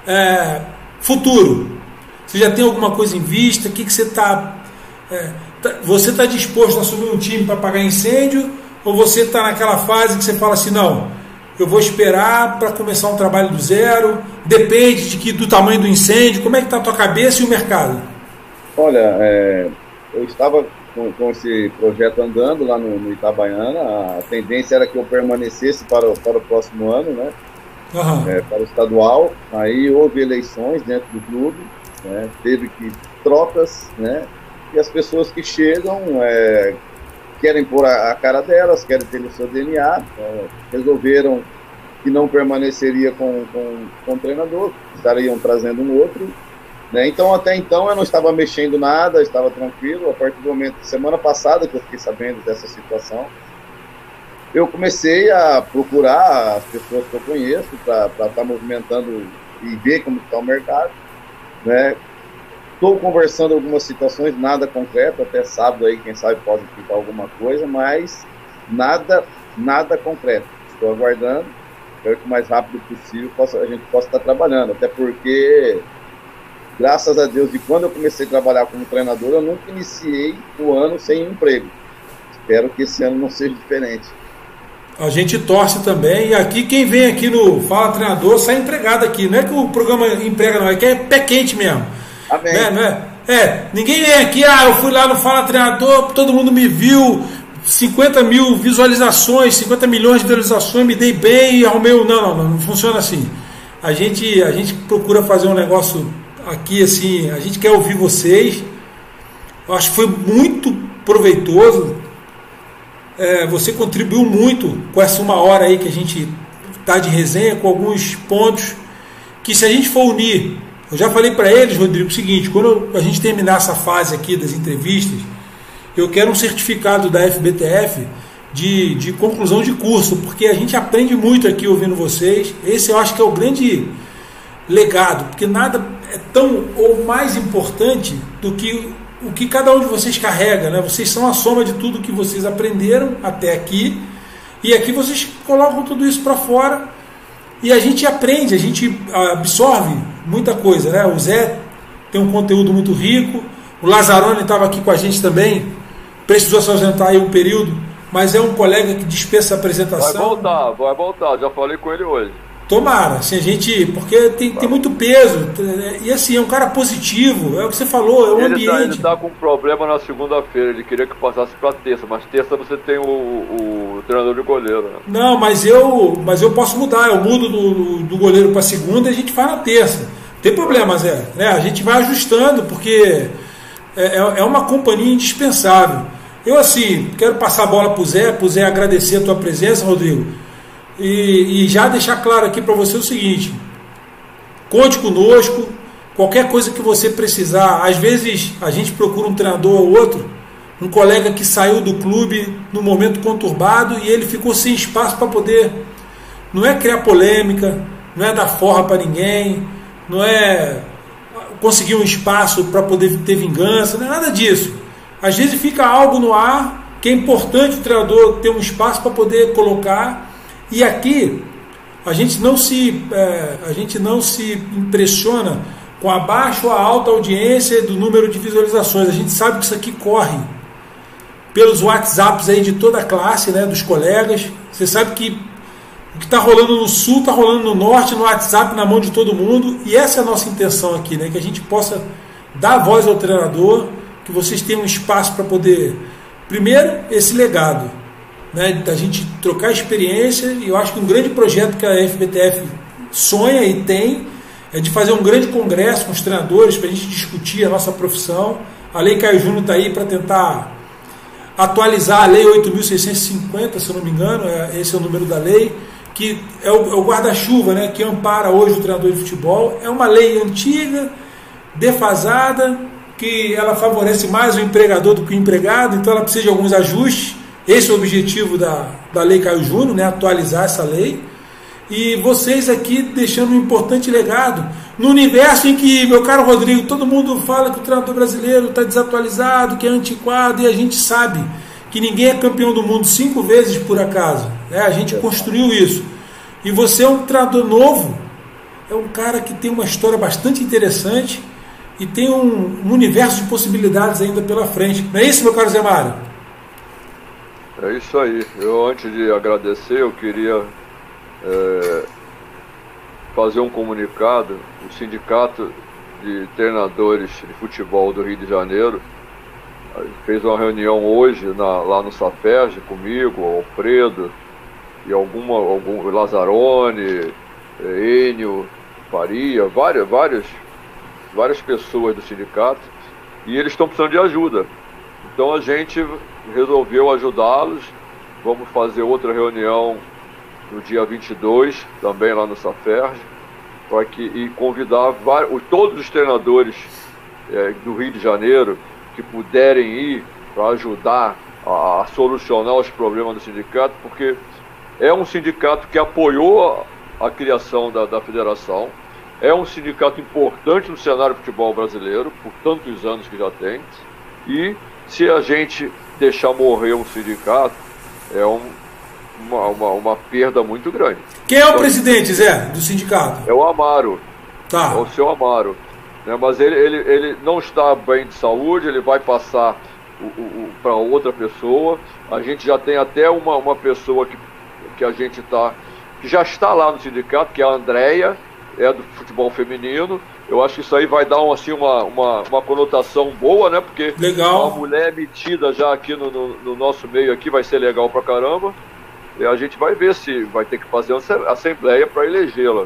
Futuro. Você já tem alguma coisa em vista? O que você está... Você está disposto a assumir um time para apagar incêndio? Ou você está naquela fase que você fala assim, não, eu vou esperar para começar um trabalho do zero? Depende do tamanho do incêndio. Como é que está a tua cabeça e o mercado? Olha, eu estava com esse projeto andando lá no Itabaiana. A tendência era que eu permanecesse para o próximo ano, né? Para o estadual. Aí houve eleições dentro do clube, né? Teve trocas, né? E as pessoas que chegam querem pôr a cara delas, querem ter o seu DNA, resolveram que não permaneceria com o treinador, estariam trazendo um outro, né? Então, até então, eu não estava mexendo nada, estava tranquilo. A partir do momento, semana passada, que eu fiquei sabendo dessa situação, eu comecei a procurar as pessoas que eu conheço para estar movimentando e ver como está o mercado, né? Estou conversando algumas situações, nada concreto, até sábado aí, quem sabe pode pintar alguma coisa, mas nada concreto. Estou aguardando, espero que o mais rápido possível a gente possa estar trabalhando, até porque, graças a Deus, de quando eu comecei a trabalhar como treinador, eu nunca iniciei o ano sem emprego. Espero que esse ano não seja diferente. A gente torce também, e aqui quem vem aqui no Fala Treinador sai empregado aqui, não é que o programa emprega não, é que é pé quente mesmo. Amém. Ninguém vem aqui, eu fui lá no Fala Treinador, todo mundo me viu, 50 mil visualizações, 50 milhões de visualizações, me dei bem e arrumei não funciona assim. A gente procura fazer um negócio aqui, assim, a gente quer ouvir vocês. Eu acho que foi muito proveitoso. Você contribuiu muito com essa 1 hora aí que a gente está de resenha, com alguns pontos que, se a gente for unir, eu já falei para eles, Rodrigo, o seguinte: quando a gente terminar essa fase aqui das entrevistas, eu quero um certificado da FBTF de conclusão de curso, porque a gente aprende muito aqui ouvindo vocês. Esse eu acho que é o grande legado, porque nada é tão ou mais importante do que o que cada um de vocês carrega, né? Vocês são a soma de tudo que vocês aprenderam até aqui, e aqui vocês colocam tudo isso para fora e a gente aprende, a gente absorve muita coisa, né? O Zé tem um conteúdo muito rico, o Lazzaroni estava aqui com a gente também, precisou se ausentar aí um período, mas é um colega que dispensa a apresentação. Vai voltar, já falei com ele hoje. Tomara, assim, porque tem muito peso, e assim, é um cara positivo, é o que você falou, é o ambiente. Ele está com um problema na segunda-feira, ele queria que passasse para terça, mas terça você tem o treinador de goleiro, né? Não, mas eu posso mudar, eu mudo do goleiro para segunda e a gente faz na terça. Não tem problema, Zé, né? A gente vai ajustando, porque é uma companhia indispensável. Eu, assim, quero passar a bola para o Zé agradecer a tua presença, Rodrigo. E já deixar claro aqui para você o seguinte: conte conosco, qualquer coisa que você precisar. Às vezes a gente procura um treinador ou outro, um colega que saiu do clube no momento conturbado e ele ficou sem espaço para poder, não é criar polêmica, não é dar forra para ninguém, não é conseguir um espaço para poder ter vingança, não é nada disso. Às vezes fica algo no ar que é importante o treinador ter um espaço para poder colocar. E aqui a gente não se impressiona com a baixa ou a alta audiência do número de visualizações. A gente sabe que isso aqui corre pelos WhatsApps aí de toda a classe, né, dos colegas. Você sabe que o que está rolando no Sul está rolando no Norte, no WhatsApp, na mão de todo mundo. E essa é a nossa intenção aqui, né, que a gente possa dar voz ao treinador, que vocês tenham um espaço para poder, primeiro, esse legado, né, da gente trocar experiência. E eu acho que um grande projeto que a FBTF sonha e tem é de fazer um grande congresso com os treinadores para a gente discutir a nossa profissão. A Lei Caio Júnior está aí para tentar atualizar a Lei 8.650, se eu não me engano, esse é o número da lei, que é o guarda-chuva, né, que ampara hoje o treinador de futebol. É uma lei antiga, defasada, que ela favorece mais o empregador do que o empregado, então ela precisa de alguns ajustes. Esse é o objetivo da Lei Caio Júnior, né, atualizar essa lei. E vocês aqui deixando um importante legado no universo em que, meu caro Rodrigo, todo mundo fala que o treinador brasileiro está desatualizado, que é antiquado, e a gente sabe que ninguém é campeão do mundo 5 vezes por acaso, né? A gente construiu isso. E você é um treinador novo, é um cara que tem uma história bastante interessante e tem um universo de possibilidades ainda pela frente. Não é isso, meu caro Zé Mário? É isso aí. Eu, antes de agradecer, eu queria fazer um comunicado. O Sindicato de Treinadores de Futebol do Rio de Janeiro fez uma reunião hoje lá no Saferj comigo, o Alfredo e algum Lazzaroni, Enio, Faria, várias pessoas do sindicato, e eles estão precisando de ajuda. Então a gente resolveu ajudá-los. Vamos fazer outra reunião no dia 22, também lá no Saferj, e convidar todos os treinadores do Rio de Janeiro que puderem ir para ajudar a solucionar os problemas do sindicato, porque é um sindicato que apoiou a criação da federação, é um sindicato importante no cenário do futebol brasileiro, por tantos anos que já tem, e se a gente deixar morrer um sindicato, é uma perda muito grande. Quem é o presidente, Zé, do sindicato? É o Amaro. Tá. É o seu Amaro. Né? Mas ele não está bem de saúde, ele vai passar para outra pessoa. A gente já tem até uma pessoa que a gente que já está lá no sindicato, que é a Andréia, é do futebol feminino. Eu acho que isso aí vai dar uma conotação boa, né? Porque legal. Uma mulher metida já aqui no nosso meio aqui vai ser legal pra caramba. E a gente vai ver se vai ter que fazer uma assembleia para elegê-la.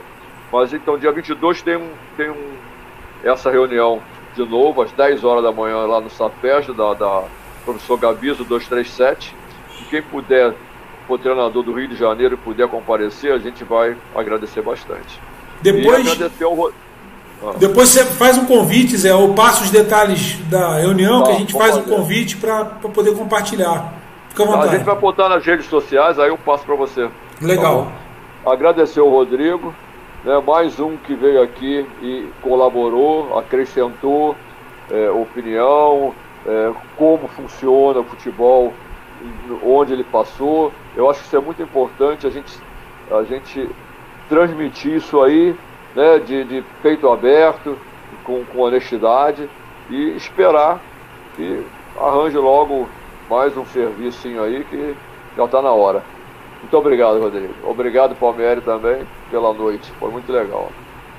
Mas então, dia 22 tem essa reunião de novo, às 10 horas da manhã, lá no SAPESD, da professor Gabiso 237. E quem puder, for treinador do Rio de Janeiro e puder comparecer, a gente vai agradecer bastante. Depois, e agradecer ao... Depois você faz um convite, Zé, ou passa os detalhes da reunião, que a gente faz um convite para poder compartilhar. Fica à vontade. A gente vai botar nas redes sociais, aí eu passo para você. Legal. Tá, agradecer ao Rodrigo, né, mais um que veio aqui e colaborou, acrescentou opinião, como funciona o futebol, onde ele passou. Eu acho que isso é muito importante, a gente transmitir isso aí, né, de peito aberto, com honestidade, e esperar que arranje logo mais um serviço aí que já está na hora. Muito obrigado, Rodrigo. Obrigado, Palmieri, também, pela noite. Foi muito legal.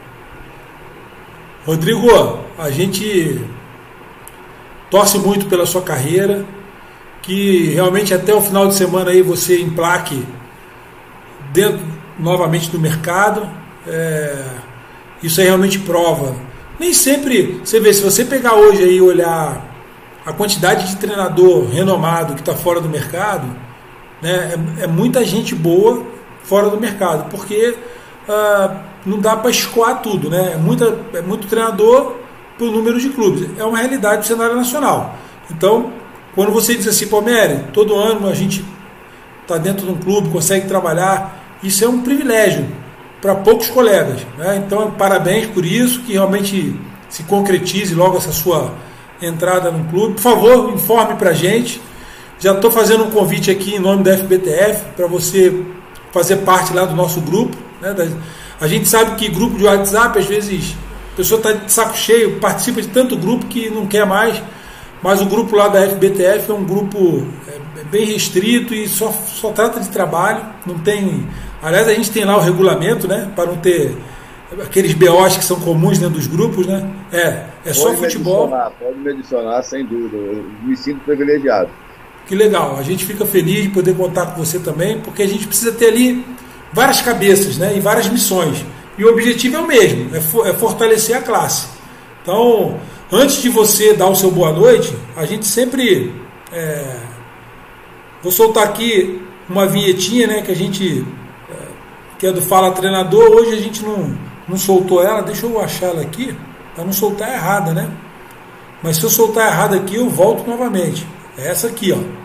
Rodrigo, a gente torce muito pela sua carreira, que realmente até o final de semana aí você emplaque dentro novamente do mercado. Isso aí realmente prova. Nem sempre, você vê, se você pegar hoje aí e olhar a quantidade de treinador renomado que está fora do mercado, né, é muita gente boa fora do mercado, porque não dá para escoar tudo, né? É muito treinador por número de clubes. É uma realidade do cenário nacional. Então, quando você diz assim, Palmieri, todo ano a gente está dentro de um clube, consegue trabalhar, isso é um privilégio para poucos colegas, né? Então, parabéns por isso, que realmente se concretize logo essa sua entrada no clube. Por favor, informe para a gente. Já estou fazendo um convite aqui em nome da FBTF para você fazer parte lá do nosso grupo, né? A gente sabe que grupo de WhatsApp, às vezes, a pessoa está de saco cheio, participa de tanto grupo que não quer mais, mas o grupo lá da FBTF é um grupo bem restrito e só trata de trabalho, não tem... Aliás, a gente tem lá o regulamento, né, para não ter aqueles BOs que são comuns dentro dos grupos, né? Só futebol. Pode me adicionar, sem dúvida. Eu me sinto privilegiado. Que legal. A gente fica feliz de poder contar com você também, porque a gente precisa ter ali várias cabeças, né, e várias missões. E o objetivo é o mesmo, é fortalecer a classe. Então, antes de você dar o seu boa noite, a gente sempre... Vou soltar aqui uma vinhetinha, né, que a gente... que é do Fala Treinador. Hoje a gente não soltou ela, deixa eu achar ela aqui, para não soltar errada, né? Mas se eu soltar errada aqui, eu volto novamente. É essa aqui, ó.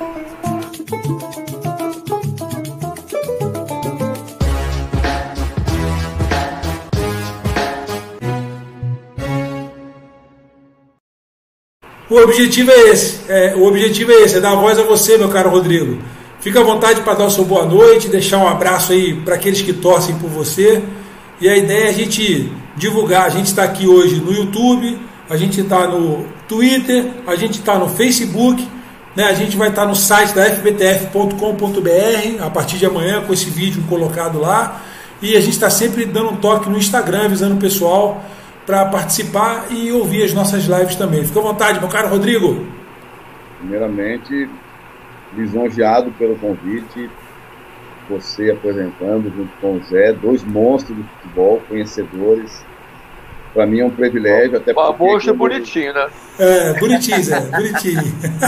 O objetivo é esse, é dar voz a você, meu caro Rodrigo. Fica à vontade para dar o seu boa noite, deixar um abraço aí para aqueles que torcem por você. E a ideia é a gente divulgar. A gente está aqui hoje no YouTube, a gente está no Twitter, a gente está no Facebook, né? A gente vai estar no site da fbtf.com.br a partir de amanhã com esse vídeo colocado lá. E a gente está sempre dando um toque no Instagram, avisando o pessoal para participar e ouvir as nossas lives também. Fica à vontade, meu caro Rodrigo. Primeiramente, lisonjeado pelo convite, você apresentando junto com o Zé, dois monstros do futebol, conhecedores. Para mim é um privilégio, até porque... Babocho é bonitinho, né? Bonitinho, Zé, bonitinho.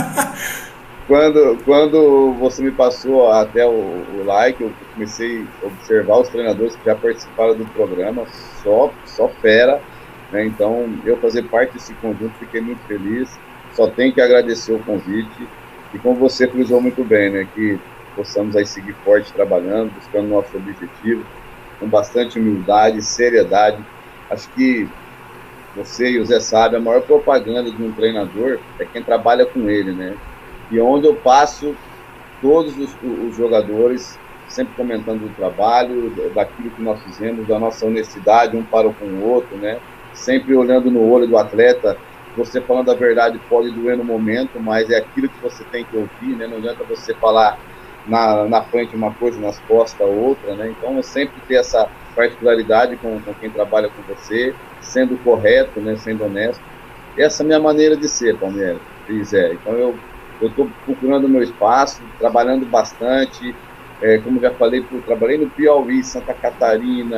Quando você me passou até o like, eu comecei a observar os treinadores que já participaram do programa, só fera, né? Então, eu fazer parte desse conjunto, fiquei muito feliz. Só tenho que agradecer o convite. E como você frisou muito bem, né, que possamos aí seguir forte trabalhando, buscando nosso objetivo, com bastante humildade, seriedade. Acho que você e o Zé sabem, a maior propaganda de um treinador é quem trabalha com ele, né? E onde eu passo, todos os jogadores sempre comentando do trabalho, daquilo que nós fizemos, da nossa honestidade um para com o outro, né? Sempre olhando no olho do atleta. Você falando a verdade pode doer no momento, mas é aquilo que você tem que ouvir, né? Não adianta você falar na frente uma coisa, nas costas outra, né? Então, eu sempre ter essa particularidade com quem trabalha com você, sendo correto, né? Sendo honesto. Essa é a minha maneira de ser, Palmieri. Então, eu estou procurando o meu espaço, trabalhando bastante. Como já falei, trabalhei no Piauí, Santa Catarina,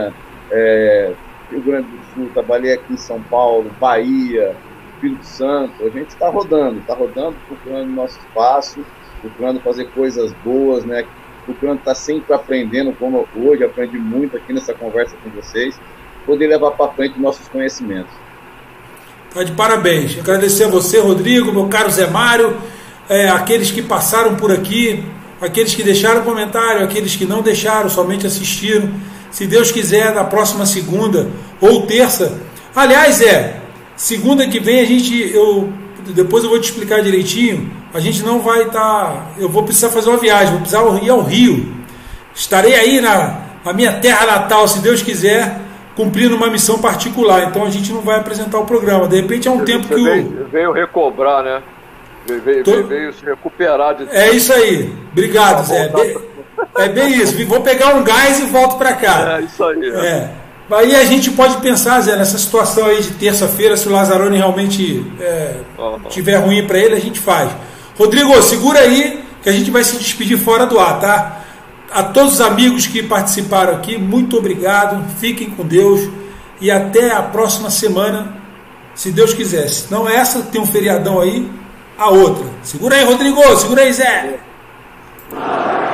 Rio Grande do Sul, trabalhei aqui em São Paulo, Bahia, Espírito Santo. A gente está rodando, procurando nosso espaço, procurando fazer coisas boas, né? Procurando estar sempre aprendendo, como hoje aprendi muito aqui nessa conversa com vocês, poder levar para frente nossos conhecimentos. Tá de parabéns. Agradecer a você, Rodrigo, meu caro Zé Mário, aqueles que passaram por aqui, aqueles que deixaram comentário, aqueles que não deixaram, somente assistiram. Se Deus quiser, na próxima segunda ou terça. Aliás, segunda que vem depois eu vou te explicar direitinho. A gente não vai estar. Eu vou precisar fazer uma viagem, vou precisar ir ao Rio. Estarei aí na minha terra natal, se Deus quiser, cumprindo uma missão particular. Então a gente não vai apresentar o programa. De repente é um tempo que veio recobrar, né? Veio se recuperar de. É isso aí. Obrigado, Zé. É bem isso. Vou pegar um gás e volto para cá. É isso aí. Aí a gente pode pensar, Zé, nessa situação aí de terça-feira, se o Lazzaroni realmente tiver ruim para ele, a gente faz. Rodrigo, segura aí que a gente vai se despedir fora do ar, tá? A todos os amigos que participaram aqui, muito obrigado. Fiquem com Deus e até a próxima semana, se Deus quiser. Se não essa, tem um feriadão aí, a outra. Segura aí, Rodrigo. Segura aí, Zé.